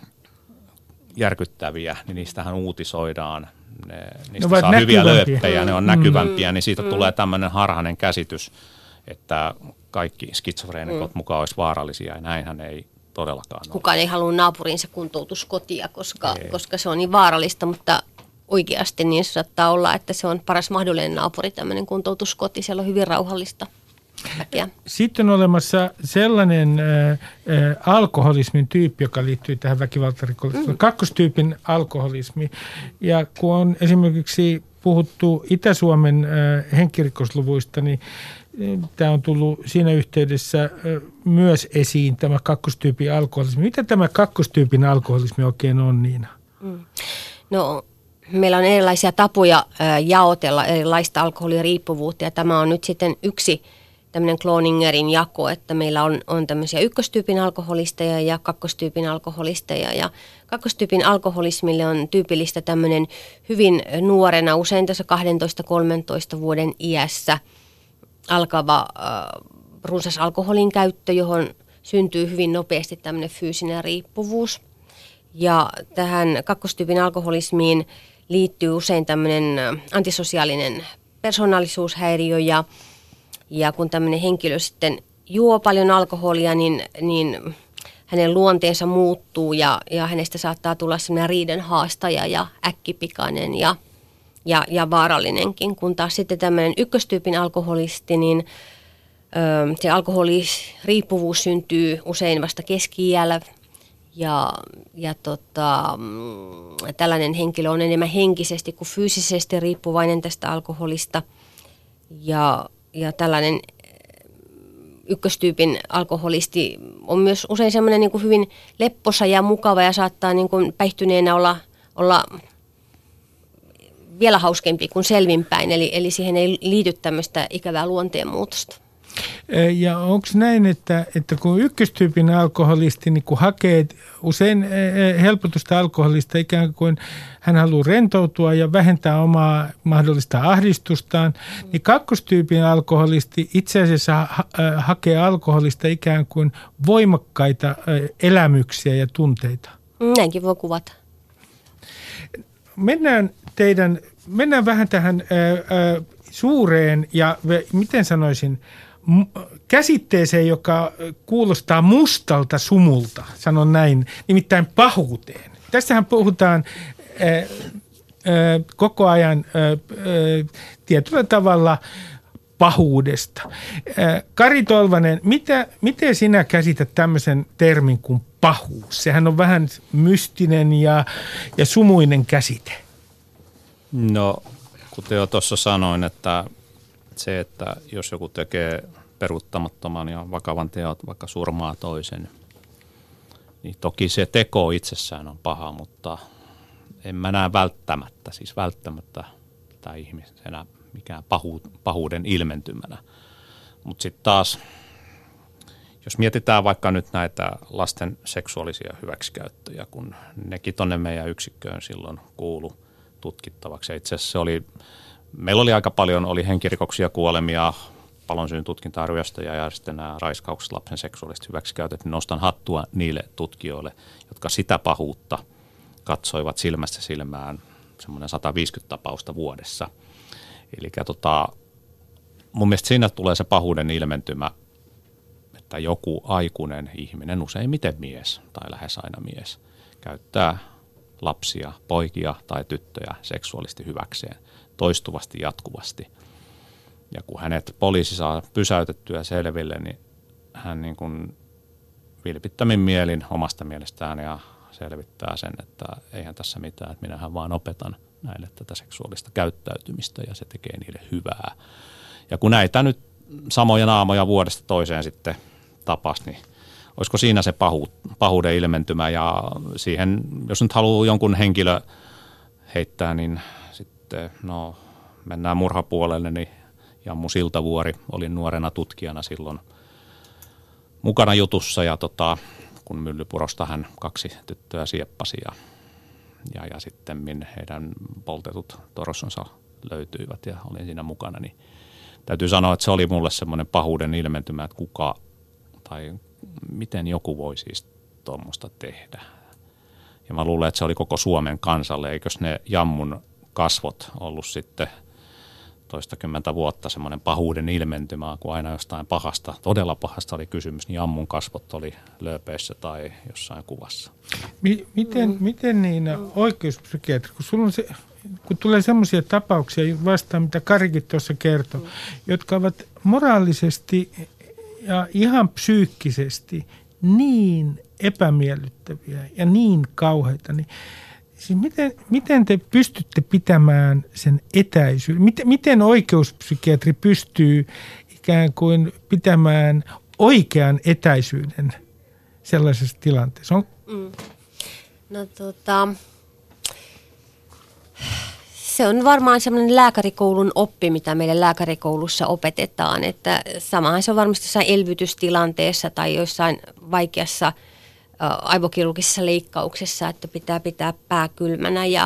järkyttäviä, niin niistähän uutisoidaan, niistä saa hyviä lööppejä, ne on näkyvämpiä, niin siitä tulee tämmöinen harhainen käsitys, että kaikki skitsofreenikot mukaan olisi vaarallisia ja näinhän ei todellakaan ole. Kukaan ei halua naapurinsa kuntoutuskotia, koska se on niin vaarallista, mutta oikeasti niin se saattaa olla, että se on paras mahdollinen naapuri, tämmöinen kuntoutuskoti. Siellä on hyvin rauhallista väkeä. Sitten on olemassa sellainen alkoholismin tyyppi, joka liittyy tähän väkivaltarikollisuuteen. Kakkostyypin alkoholismi. Ja kun on esimerkiksi puhuttu Itä-Suomen henkirikosluvuista, niin tämä on tullut siinä yhteydessä myös esiin, tämä kakkostyypin alkoholismi. Mitä tämä kakkostyypin alkoholismi oikein on, Niina? No, meillä on erilaisia tapoja jaotella erilaista alkoholiriippuvuutta ja tämä on nyt sitten yksi tämmöinen Cloningerin jako, että meillä on tämmöisiä ykköstyypin alkoholisteja ja kakkostyypin alkoholisteja ja kakkostyypin alkoholismille on tyypillistä tämmöinen hyvin nuorena, usein tässä 12-13 vuoden iässä alkava runsas alkoholin käyttö, johon syntyy hyvin nopeasti tämmöinen fyysinen riippuvuus. Ja tähän kakkostyypin alkoholismiin liittyy usein tämmöinen antisosiaalinen persoonallisuushäiriö ja kun tämmöinen henkilö sitten juo paljon alkoholia, niin hänen luonteensa muuttuu ja hänestä saattaa tulla semmoinen riiden haastaja ja äkkipikainen ja vaarallinenkin. Kun taas sitten tämmöinen ykköstyypin alkoholisti, niin se alkoholiriippuvuus syntyy usein vasta keski-iällä. Tällainen henkilö on enemmän henkisesti kuin fyysisesti riippuvainen tästä alkoholista. Ja tällainen ykköstyypin alkoholisti on myös usein semmoinen niin kuin hyvin lepposa ja mukava ja saattaa niin kuin päihtyneenä olla vielä hauskempi kuin selvinpäin. Eli siihen ei liity tämmöistä ikävää luonteenmuutosta. Ja onko näin, että kun ykköstyypin alkoholisti niin kun hakee usein helpotusta alkoholista ikään kuin hän haluaa rentoutua ja vähentää omaa mahdollista ahdistustaan, niin kakkostyypin alkoholisti itse asiassa hakee alkoholista ikään kuin voimakkaita elämyksiä ja tunteita. Näinkin voi kuvata. Mennään vähän tähän suureen ja miten sanoisin, käsitteeseen, joka kuulostaa mustalta sumulta, sanon näin, nimittäin pahuuteen. Tässähän puhutaan koko ajan tietyllä tavalla pahuudesta. Kari Tolvanen, miten sinä käsität tämmöisen termin kuin pahuus? Sehän on vähän mystinen ja sumuinen käsite. No, kuten jo tuossa sanoin, että se, että jos joku tekee peruuttamattoman ja vakavan teot, vaikka surmaa toisen, niin toki se teko itsessään on paha, mutta en mä näe välttämättä tätä ihmisenä mikään pahuuden ilmentymänä. Mutta sitten taas, jos mietitään vaikka nyt näitä lasten seksuaalisia hyväksikäyttöjä, kun nekin tonne meidän yksikköön silloin kuulu tutkittavaksi. Itse asiassa meillä oli aika paljon henkirikoksia, kuolemia, paljonsyyn tutkintaa, ryöstöjä ja sitten nämä raiskaukset, lapsen seksuaaliset hyväksikäytöt, niin nostan hattua niille tutkijoille, jotka sitä pahuutta katsoivat silmästä silmään semmoinen 150 tapausta vuodessa. Eli mun mielestä siinä tulee se pahuuden ilmentymä, että joku aikuinen ihminen, useimmiten mies tai lähes aina mies, käyttää lapsia, poikia tai tyttöjä seksuaalisesti hyväkseen toistuvasti, jatkuvasti. Ja kun hänet poliisi saa pysäytettyä selville, niin hän niin kuin vilpittömin mielin omasta mielestään ja selvittää sen, että eihän tässä mitään, että minähän vaan opetan näille tätä seksuaalista käyttäytymistä ja se tekee niille hyvää. Ja kun näitä nyt samoja naamoja vuodesta toiseen sitten tapasi, niin olisiko siinä se pahuuden ilmentymä ja siihen, jos nyt haluaa jonkun henkilö heittää, niin sitten mennään murhapuolelle, niin Jammu Siltavuori oli nuorena tutkijana silloin mukana jutussa ja kun Myllypurosta hän 2 tyttöä sieppasi ja sitten heidän poltetut torssonsa löytyivät ja olin siinä mukana, niin täytyy sanoa, että se oli mulle semmoinen pahuuden ilmentymä, että kuka tai miten joku voi siis tuommoista tehdä. Ja mä luulen, että se oli koko Suomen kansalle, eikös ne Jammun kasvot ollut sitten toistakymmentä vuotta semmoinen pahuuden ilmentymä, kun aina jostain pahasta, todella pahasta oli kysymys, niin Jammun kasvot oli lööpeissä tai jossain kuvassa. Miten niin oikeuspsykiatri, kun tulee semmoisia tapauksia vastaan, mitä Karikin tuossa kertoi, jotka ovat moraalisesti ja ihan psyykkisesti niin epämiellyttäviä ja niin kauheita, niin siis miten te pystytte pitämään sen etäisyyden? Miten oikeuspsykiatri pystyy ikään kuin pitämään oikean etäisyyden sellaisessa tilanteessa? Se on varmaan semmoinen lääkärikoulun oppi, mitä meille lääkärikoulussa opetetaan, että samahan se on varmasti jossain elvytystilanteessa tai jossain vaikeassa aivokirurgisessa leikkauksessa, että pitää pää kylmänä ja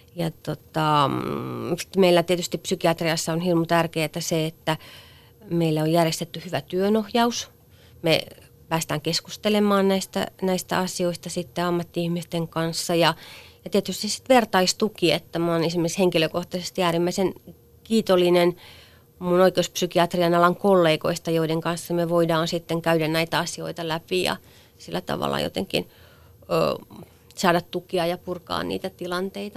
meillä tietysti psykiatriassa on hirmu tärkeää se, että meillä on järjestetty hyvä työnohjaus. Me päästään keskustelemaan näistä asioista sitten ammatti-ihmisten kanssa ja tietysti sitten vertaistuki, että mä oon esimerkiksi henkilökohtaisesti äärimmäisen kiitollinen mun oikeuspsykiatrian alan kollegoista, joiden kanssa me voidaan sitten käydä näitä asioita läpi ja sillä tavalla jotenkin saada tukia ja purkaa niitä tilanteita.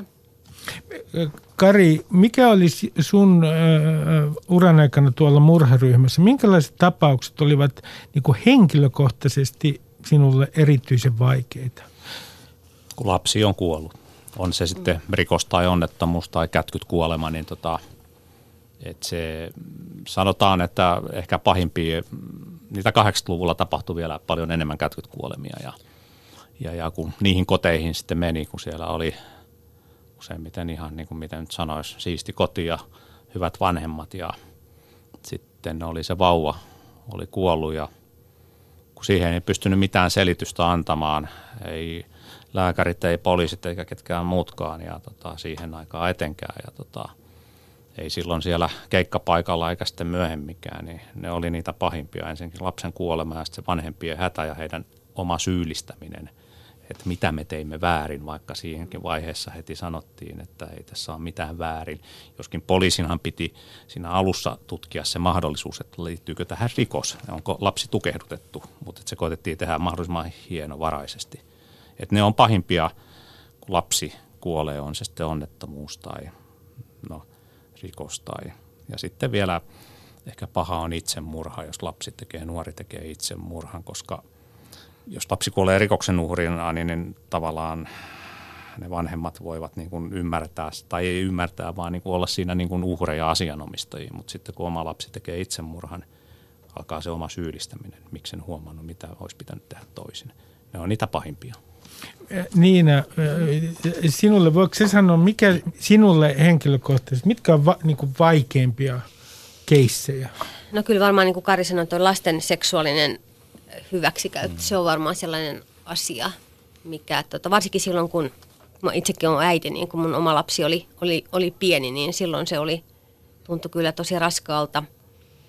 Kari, mikä oli sun uran aikana tuolla murharyhmässä? Minkälaiset tapaukset olivat niin kuin henkilökohtaisesti sinulle erityisen vaikeita? Kun lapsi on kuollut, on se sitten rikos tai onnettomuus tai kätkyt kuolema, niin että se sanotaan, että ehkä pahimpia, niitä 80-luvulla tapahtui vielä paljon enemmän kätkyt kuolemia ja kun niihin koteihin sitten meni, kun siellä oli useimmiten ihan niin kuin miten nyt sanoisi, siisti koti ja hyvät vanhemmat ja sitten oli se vauva, oli kuollut ja kun siihen ei pystynyt mitään selitystä antamaan, ei lääkärit, ei poliisit eikä ketkään muutkaan ja siihen aikaan etenkään ja ei silloin siellä keikkapaikalla eikä sitten myöhemmikään, niin ne oli niitä pahimpia. Ensinnäkin lapsen kuolema ja sitten se vanhempien hätä ja heidän oma syyllistäminen, että mitä me teimme väärin, vaikka siihenkin vaiheessa heti sanottiin, että ei tässä ole mitään väärin. Joskin poliisinhan piti siinä alussa tutkia se mahdollisuus, että liittyykö tähän rikos, onko lapsi tukehdutettu, mutta se koetettiin tehdä mahdollisimman hienovaraisesti. Että ne on pahimpia, kun lapsi kuolee, on se sitten onnettomuus tai rikos ja sitten vielä ehkä paha on itsemurha, jos nuori tekee itsemurhan, koska jos lapsi kuolee rikoksen uhrina, niin tavallaan ne vanhemmat voivat niin kuin ymmärtää, tai ei ymmärtää, vaan niin kuin olla siinä niin kuin uhreja asianomistajia, mutta sitten kun oma lapsi tekee itsemurhan, alkaa se oma syyllistäminen, miksi en huomannut, mitä olisi pitänyt tehdä toisin. Ne on niitä pahimpia. Niina, sinulle, voiko se sanoa, mikä sinulle henkilökohtaisesti, mitkä on niin kuin vaikeimpia keissejä? No kyllä varmaan niin kuin Kari sanoi, tuo lasten seksuaalinen hyväksikäyttö, se on varmaan sellainen asia, mikä varsinkin silloin, kun mä itsekin olen äiti, niin kun mun oma lapsi oli pieni, niin silloin se tuntui kyllä tosi raskaalta.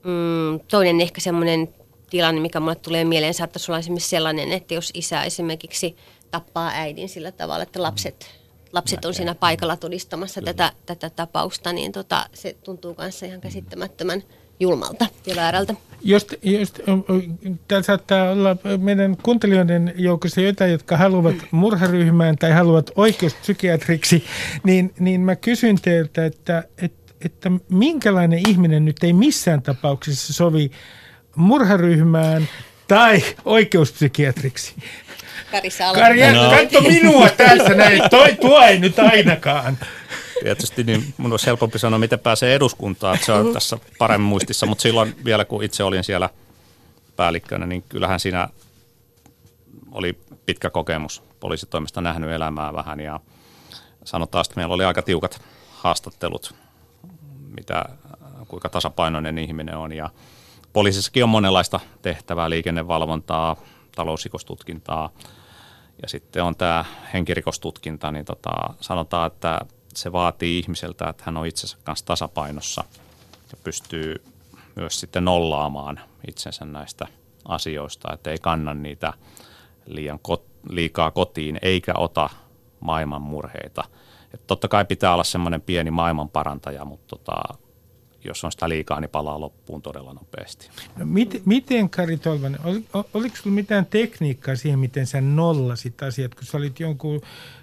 Toinen ehkä semmoinen tilanne, mikä mulle tulee mieleen, saattaisi olla esimerkiksi sellainen, että jos isä esimerkiksi tappaa äidin sillä tavalla, että lapset on siinä paikalla todistamassa tätä tapausta, niin se tuntuu kanssa ihan käsittämättömän julmalta ja väärältä. Täällä saattaa olla meidän kuuntelijoiden joukossa jotain, jotka haluavat murharyhmään tai haluavat oikeuspsykiatriksi, niin mä kysyn teiltä, että minkälainen ihminen nyt ei missään tapauksessa sovi murharyhmään tai oikeuspsykiatriksi? Kari, katso minua tässä näin, tuo ei nyt ainakaan. Tietysti niin mun olisi helpompi sanoa, miten pääsee eduskuntaan, että se on tässä paremmin muistissa, mutta silloin vielä kun itse olin siellä päällikkönä, niin kyllähän siinä oli pitkä kokemus poliisitoimesta, nähnyt elämää vähän ja sanotaan, että meillä oli aika tiukat haastattelut, kuinka tasapainoinen ihminen on ja poliisissakin on monenlaista tehtävää, liikennevalvontaa, talousrikostutkintaa ja sitten on tämä henkirikostutkinta, niin sanotaan, että se vaatii ihmiseltä, että hän on itsensä kanssa tasapainossa ja pystyy myös sitten nollaamaan itsensä näistä asioista, että ei kanna niitä liikaa kotiin eikä ota maailman murheita. Että totta kai pitää olla semmoinen pieni maailman parantaja, mutta jos on sitä liikaa, niin palaa loppuun todella nopeasti. No, miten Kari Tolvanen, oliko sinulla mitään tekniikkaa siihen, miten sä nollasit asiat, kun sä olit jonkun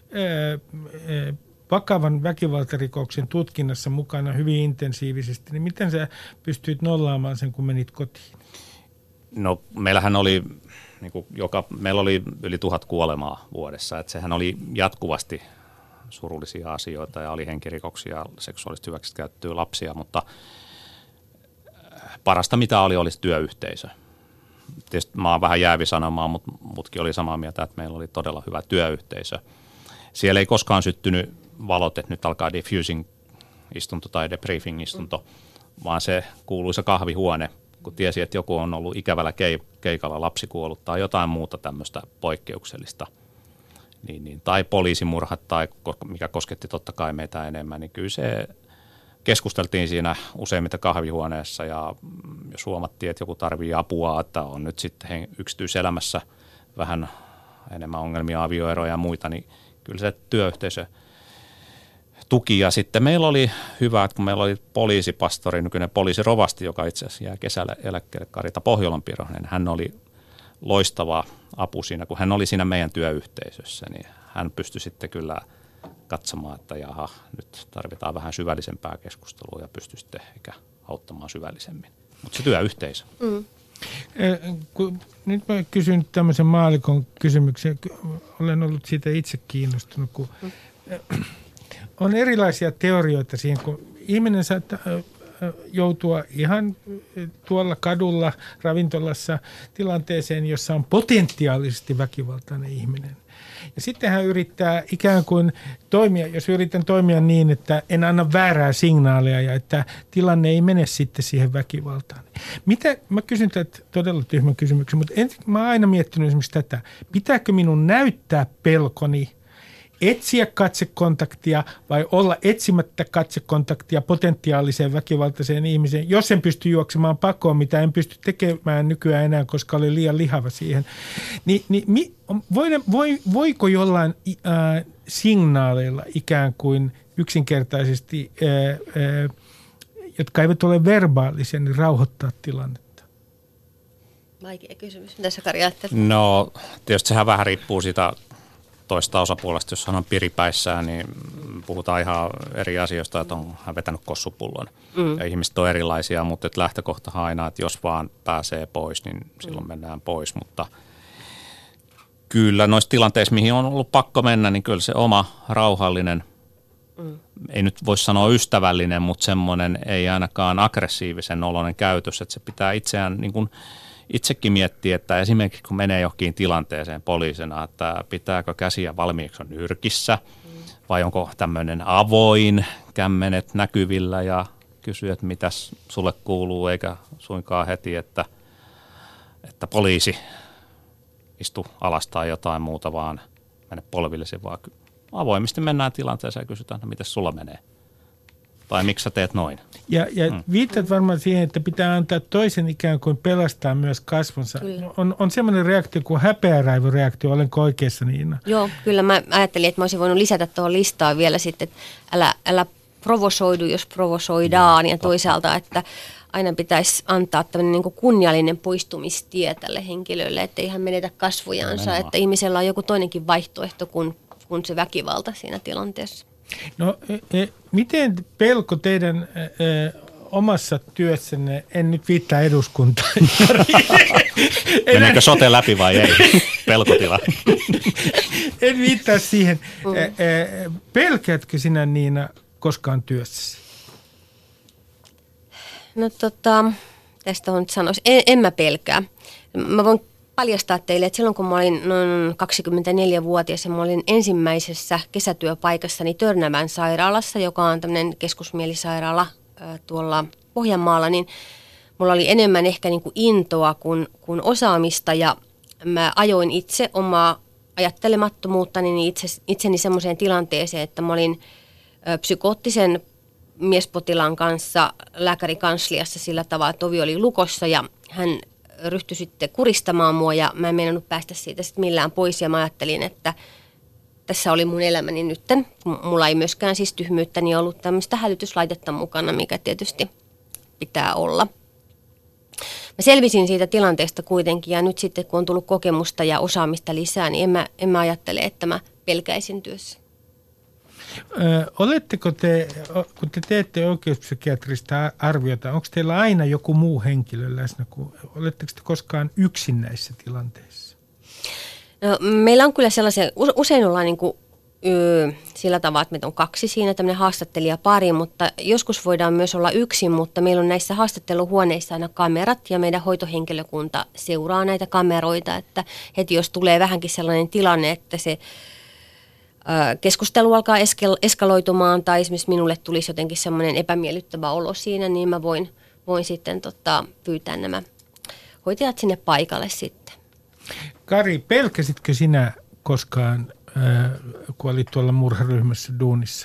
vakavan väkivaltarikoksen tutkinnassa mukana hyvin intensiivisesti, niin miten sä pystyit nollaamaan sen, kun menit kotiin? No meillähän oli, meillä oli yli 1000 kuolemaa vuodessa, että sehän oli jatkuvasti surullisia asioita ja oli henkirikoksia, seksuaalista hyväksikäyttöä lapsia, mutta parasta mitä oli työyhteisö. Tietysti mä oon vähän jäävi sanomaan, mutta mutkin oli samaa mieltä, että meillä oli todella hyvä työyhteisö. Siellä ei koskaan syttynyt valot, että nyt alkaa defusing-istunto tai debriefing-istunto, vaan se kuuluisa kahvihuone, kun tiesi, että joku on ollut ikävällä keikalla, lapsi kuollut tai jotain muuta tämmöistä poikkeuksellista. Tai poliisimurhat, tai mikä kosketti totta kai meitä enemmän, niin kyllä se keskusteltiin siinä useimmiten kahvihuoneessa, ja jos huomattiin, että joku tarvitsee apua, että on nyt sitten yksityiselämässä vähän enemmän ongelmia, avioeroja ja muita, niin kyllä se työyhteisö tuki. Ja sitten meillä oli hyvä, että kun meillä oli poliisipastori, nykyinen poliisirovasti, joka itse asiassa jää kesällä eläkkeelle, Karita Pohjolanpiroinen, hän oli loistava apu siinä, kun hän oli siinä meidän työyhteisössä, niin hän pystyi sitten kyllä katsomaan, että jaha, nyt tarvitaan vähän syvällisempää keskustelua ja pystyi sitten ehkä auttamaan syvällisemmin. Mutta se työyhteisö. Nyt mä kysyn tämmöisen maallikon kysymyksen. Olen ollut siitä itse kiinnostunut, kun on erilaisia teorioita siihen, kun ihminen saattaa joutua ihan tuolla kadulla, ravintolassa tilanteeseen, jossa on potentiaalisesti väkivaltainen ihminen. Ja sitten hän yrittää ikään kuin toimia, jos yritän toimia niin, että en anna väärää signaalia ja että tilanne ei mene sitten siihen väkivaltaan. Mä kysyn tätä todella tyhmän kysymyksen, mutta mä oon aina miettinyt esimerkiksi tätä. Pitääkö minun näyttää pelkoni, etsiä katsekontaktia vai olla etsimättä katsekontaktia potentiaaliseen väkivaltaiseen ihmiseen, jos en pysty juoksemaan pakoon, mitä en pysty tekemään nykyään enää, koska olen liian lihava siihen. Voiko jollain signaaleilla ikään kuin yksinkertaisesti, jotka eivät ole verbaalisia, niin rauhoittaa tilannetta? Vaikea kysymys. Mitä sä, Kari, ajattelet? No tietysti sehän vähän riippuu siitä toista osapuolesta, jos hän on piripäissään, niin puhutaan ihan eri asioista, että on hän vetänyt kossupullon. Ja ihmiset on erilaisia, mutta lähtökohtahan aina, että jos vaan pääsee pois, niin silloin mennään pois. Mutta kyllä noissa tilanteissa, mihin on ollut pakko mennä, niin kyllä se oma rauhallinen, ei nyt voi sanoa ystävällinen, mutta semmoinen ei ainakaan aggressiivisen oloinen käytös, että se pitää itseään niin kuin itsekin miettiä, että esimerkiksi kun menee johonkin tilanteeseen poliisina, että pitääkö käsiä valmiiksi nyrkissä vai onko tämmöinen avoin kämmenet näkyvillä ja kysyy, että mitäs sulle kuuluu, eikä suinkaan heti, että poliisi istu alas tai jotain muuta, vaan mene polvillesi, vaan avoimesti mennään tilanteeseen ja kysytään, että mitäs sulla menee. Tai miksi sä teet noin? Ja viittaat varmaan siihen, että pitää antaa toisen ikään kuin pelastaa myös kasvonsa. On semmoinen reaktio kuin häpeäraivoreaktio, olenko oikeassa, Niina? Joo, kyllä mä ajattelin, että mä olisin voinut lisätä tuohon listaan vielä sitten, että älä provosoidu, jos provosoidaan, ja toisaalta, että aina pitäisi antaa tämmöinen niin kuin kunniallinen poistumistie tälle henkilölle, ettei hän menetä kasvojansa, että ihmisellä on joku toinenkin vaihtoehto kuin se väkivalta siinä tilanteessa. No, miten pelko teidän omassa työssänne, en nyt viittaa eduskuntaan. Meneekö sote läpi vai ei? Pelkotila. En viittaa siihen. Pelkäätkö sinä, Niina, koskaan työssäsi? No tästä on nyt sanoisi. En mä pelkää. Mä voin paljastaa teille, että silloin kun mä olin noin 24-vuotias ja mä olin ensimmäisessä kesätyöpaikassani Törnävän sairaalassa, joka on tämmöinen keskusmielisairaala tuolla Pohjanmaalla, niin mulla oli enemmän ehkä niin kuin intoa kuin osaamista ja mä ajoin itse omaa ajattelemattomuuttani niin itseni semmoiseen tilanteeseen, että mä olin psykoottisen miespotilaan kanssa lääkärikansliassa sillä tavalla, että ovi oli lukossa ja hän ryhtyi sitten kuristamaan mua ja mä en meinannut päästä siitä sitten millään pois ja mä ajattelin, että tässä oli mun elämäni nytten. Mulla ei myöskään siis tyhmyyttäni ollut tämmöistä hälytyslaitetta mukana, mikä tietysti pitää olla. Mä selvisin siitä tilanteesta kuitenkin ja nyt sitten kun on tullut kokemusta ja osaamista lisää, niin en mä ajattele, että mä pelkäisin työssä. Oletteko te, kun te teette oikeuspsykiatrista arviota, onko teillä aina joku muu henkilö läsnä? Oletteko te koskaan yksin näissä tilanteissa? No, meillä on kyllä sellaisia, usein ollaan niin kuin, sillä tavalla, että meitä on kaksi siinä, tämmöinen haastattelijapari, mutta joskus voidaan myös olla yksin, mutta meillä on näissä haastatteluhuoneissa aina kamerat ja meidän hoitohenkilökunta seuraa näitä kameroita, että heti jos tulee vähänkin sellainen tilanne, että se keskustelu alkaa eskaloitumaan tai esimerkiksi minulle tulisi jotenkin semmoinen epämiellyttävä olo siinä, niin mä voin sitten pyytää nämä hoitajat sinne paikalle sitten. Kari, pelkäsitkö sinä koskaan, kun olit tuolla murharyhmässä duunissa?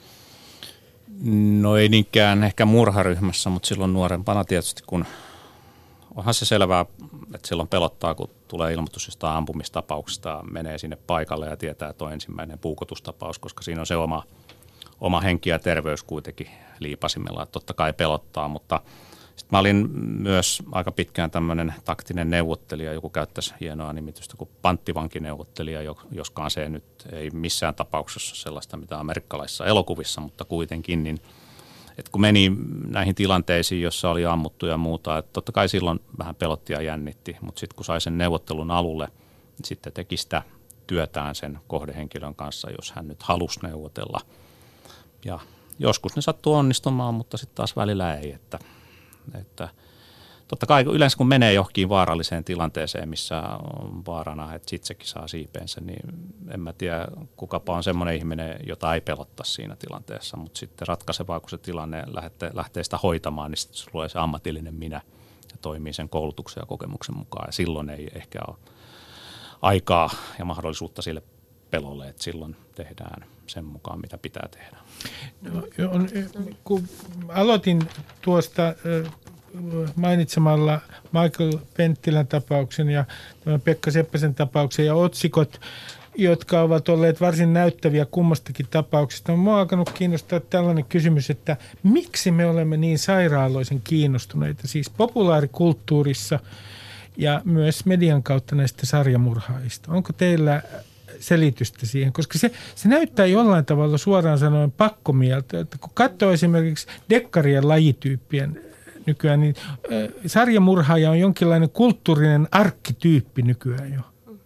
No ei niinkään ehkä murharyhmässä, mutta silloin nuorempana tietysti, kun onhan se selvää, että silloin pelottaa, kun tulee ilmoitus jostain ampumistapauksesta, menee sinne paikalle ja tietää, että on ensimmäinen puukotustapaus, koska siinä on se oma henki ja terveys kuitenkin liipasimella, että totta kai pelottaa, mutta sitten mä olin myös aika pitkään tämmöinen taktinen neuvottelija, joku käyttäisi hienoa nimitystä kuin panttivankineuvottelija, joskaan se nyt ei missään tapauksessa sellaista, mitä amerikkalaisissa elokuvissa, mutta kuitenkin, niin että kun meni näihin tilanteisiin, jossa oli ammuttu ja muuta, että totta kai silloin vähän pelotti ja jännitti, mutta sitten kun sai sen neuvottelun alulle, niin sitten teki sitä työtään sen kohdehenkilön kanssa, jos hän nyt halusi neuvotella. Ja joskus ne sattuu onnistumaan, mutta sitten taas välillä ei, että totta kai yleensä kun menee johonkin vaaralliseen tilanteeseen, missä on vaarana, että itsekin saa siipeensä, niin en mä tiedä, kukapa on semmoinen ihminen, jota ei pelottaa siinä tilanteessa, mutta sitten ratkaisevaa, kun se tilanne lähtee sitä hoitamaan, niin sitten tulee se ammatillinen minä ja toimii sen koulutuksen ja kokemuksen mukaan. Ja silloin ei ehkä ole aikaa ja mahdollisuutta sille pelolle, että silloin tehdään sen mukaan, mitä pitää tehdä. No, kun aloitin tuosta mainitsemalla Michael Penttilän tapauksen ja Pekka Seppäsen tapauksen ja otsikot, jotka ovat olleet varsin näyttäviä kummastakin tapauksesta. Minua on alkanut kiinnostaa tällainen kysymys, että miksi me olemme niin sairaaloisen kiinnostuneita, siis populaarikulttuurissa ja myös median kautta näistä sarjamurhaajista. Onko teillä selitystä siihen? Koska se näyttää jollain tavalla suoraan sanoen pakkomieltä, että kun katsoo esimerkiksi dekkarien lajityyppien nykyään, niin sarjamurhaaja on jonkinlainen kulttuurinen arkkityyppi nykyään jo.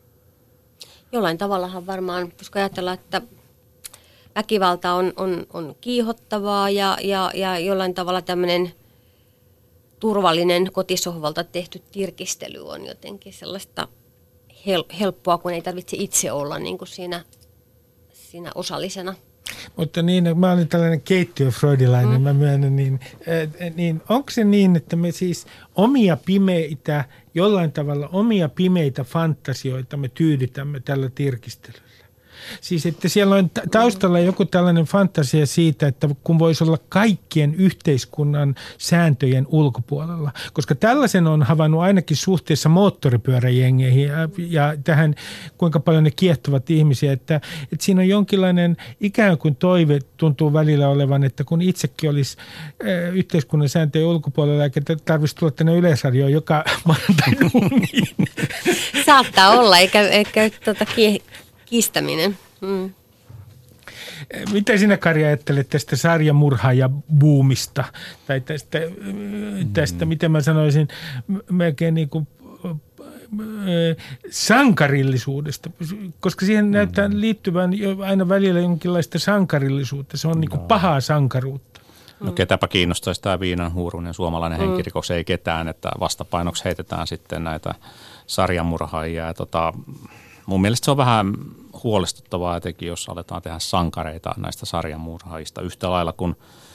Jollain tavallahan varmaan, koska ajatellaan, että väkivalta on kiihottavaa ja jollain tavalla tämmöinen turvallinen kotisohvalta tehty tirkistely on jotenkin sellaista helppoa, kun ei tarvitse itse olla niin kuin siinä osallisena. Mutta niin, mä olen tällainen keittiöfreudilainen, mä myönnän, niin onko se niin, että me siis jollain tavalla omia pimeitä fantasioita me tyydytämme tällä tirkistelyllä? Siis että siellä on taustalla joku tällainen fantasia siitä, että kun voisi olla kaikkien yhteiskunnan sääntöjen ulkopuolella. Koska tällaisen on havainnut ainakin suhteessa moottoripyöräjengeihin ja tähän, kuinka paljon ne kiehtovat ihmisiä. Että siinä on jonkinlainen ikään kuin toive tuntuu välillä olevan, että kun itsekin olisi yhteiskunnan sääntöjen ulkopuolella, eikä tarvitsisi tulla tänne Yleisradioon joka maanantaina uniin. Saattaa olla, eikä kiistäminen. Mitä sinä, Kari, ajattelet tästä sarjamurhaajabuumista tai tästä miten mä sanoisin, melkein niin kuin sankarillisuudesta, koska siihen näyttää liittyvän aina välillä jonkinlaista sankarillisuutta. Se on niin kuin pahaa sankaruutta. No ketäpä kiinnostaisi tämä viinanhuuruinen suomalainen henkirikos, ei ketään, että vastapainoksi heitetään sitten näitä sarjamurhaajia. Mun mielestä se on vähän huolestuttavaa etenkin, jos aletaan tehdä sankareita näistä sarjamurhaajista. Yhtä lailla kuin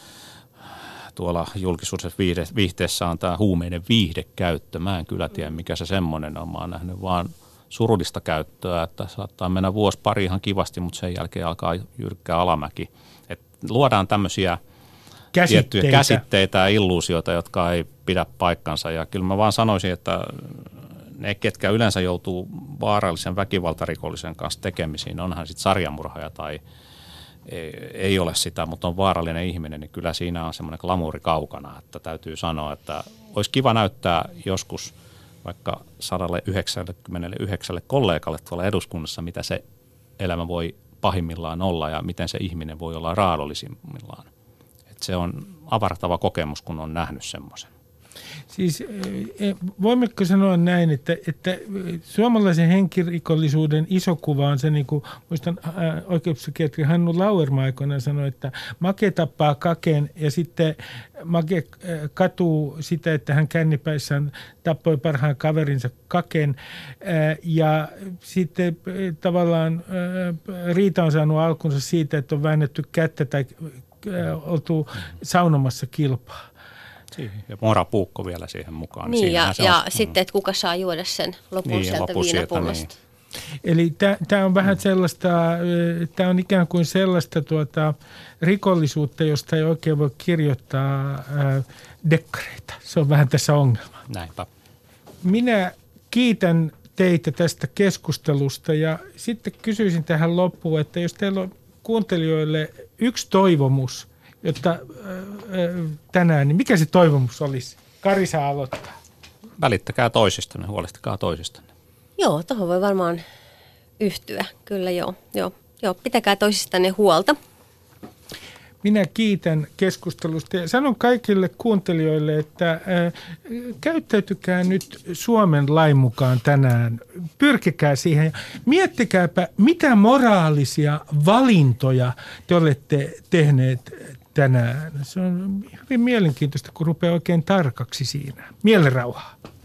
tuolla julkisuudessa viihteessä on tämä huumeiden viihdekäyttö. Mä en kyllä tiedä, mikä se semmoinen on. Mä oon nähnyt vaan surullista käyttöä, että saattaa mennä vuosi pari ihan kivasti, mutta sen jälkeen alkaa jyrkkää alamäki. Et luodaan tämmöisiä tiettyjä käsitteitä ja illuusioita, jotka ei pidä paikkansa. Ja kyllä mä vaan sanoisin, että ne, ketkä yleensä joutuu vaarallisen väkivaltarikollisen kanssa tekemisiin, onhan sitten sarjamurhaaja tai ei ole sitä, mutta on vaarallinen ihminen, niin kyllä siinä on semmoinen glamuuri kaukana, että täytyy sanoa, että olisi kiva näyttää joskus vaikka 199 kollegalle tuolla eduskunnassa, mitä se elämä voi pahimmillaan olla ja miten se ihminen voi olla raadollisimmillaan. Että se on avartava kokemus, kun on nähnyt semmoisen. Siis voimmeko sanoa näin, että suomalaisen henkirikollisuuden iso kuva on se, niin kuin muistan oikeuspsykiatri Hannu Lauerma aikoinaan sanoi, että Make tappaa Kaken ja sitten Make katuu sitä, että hän kännipäissään tappoi parhaan kaverinsa Kaken ja sitten tavallaan riita on saanut alkunsa siitä, että on väännetty kättä tai oltu saunomassa kilpaa. Ja morapuukko vielä siihen mukaan. Niin, ja sitten, että kuka saa juoda sen lopun sieltä viinapullosta. Eli tämä on vähän sellaista, tämä on ikään kuin sellaista rikollisuutta, josta ei oikein voi kirjoittaa dekkareita. Se on vähän tässä ongelma. Näinpä. Minä kiitän teitä tästä keskustelusta ja sitten kysyisin tähän loppuun, että jos teillä on kuuntelijoille yksi toivomus, jotta tänään, niin mikä se toivomus olisi? Kari saa aloittaa. Välittäkää toisistanne, huolehtikaa toisistanne. Joo, tuohon voi varmaan yhtyä. Kyllä joo, pitäkää toisistanne huolta. Minä kiitän keskustelusta ja sanon kaikille kuuntelijoille, että käyttäytykää nyt Suomen lain mukaan tänään. Pyrkikää siihen ja miettikääpä, mitä moraalisia valintoja te olette tehneet tänään. Se on hyvin mielenkiintoista, kun rupeaa oikein tarkaksi siinä. Mielenrauhaa.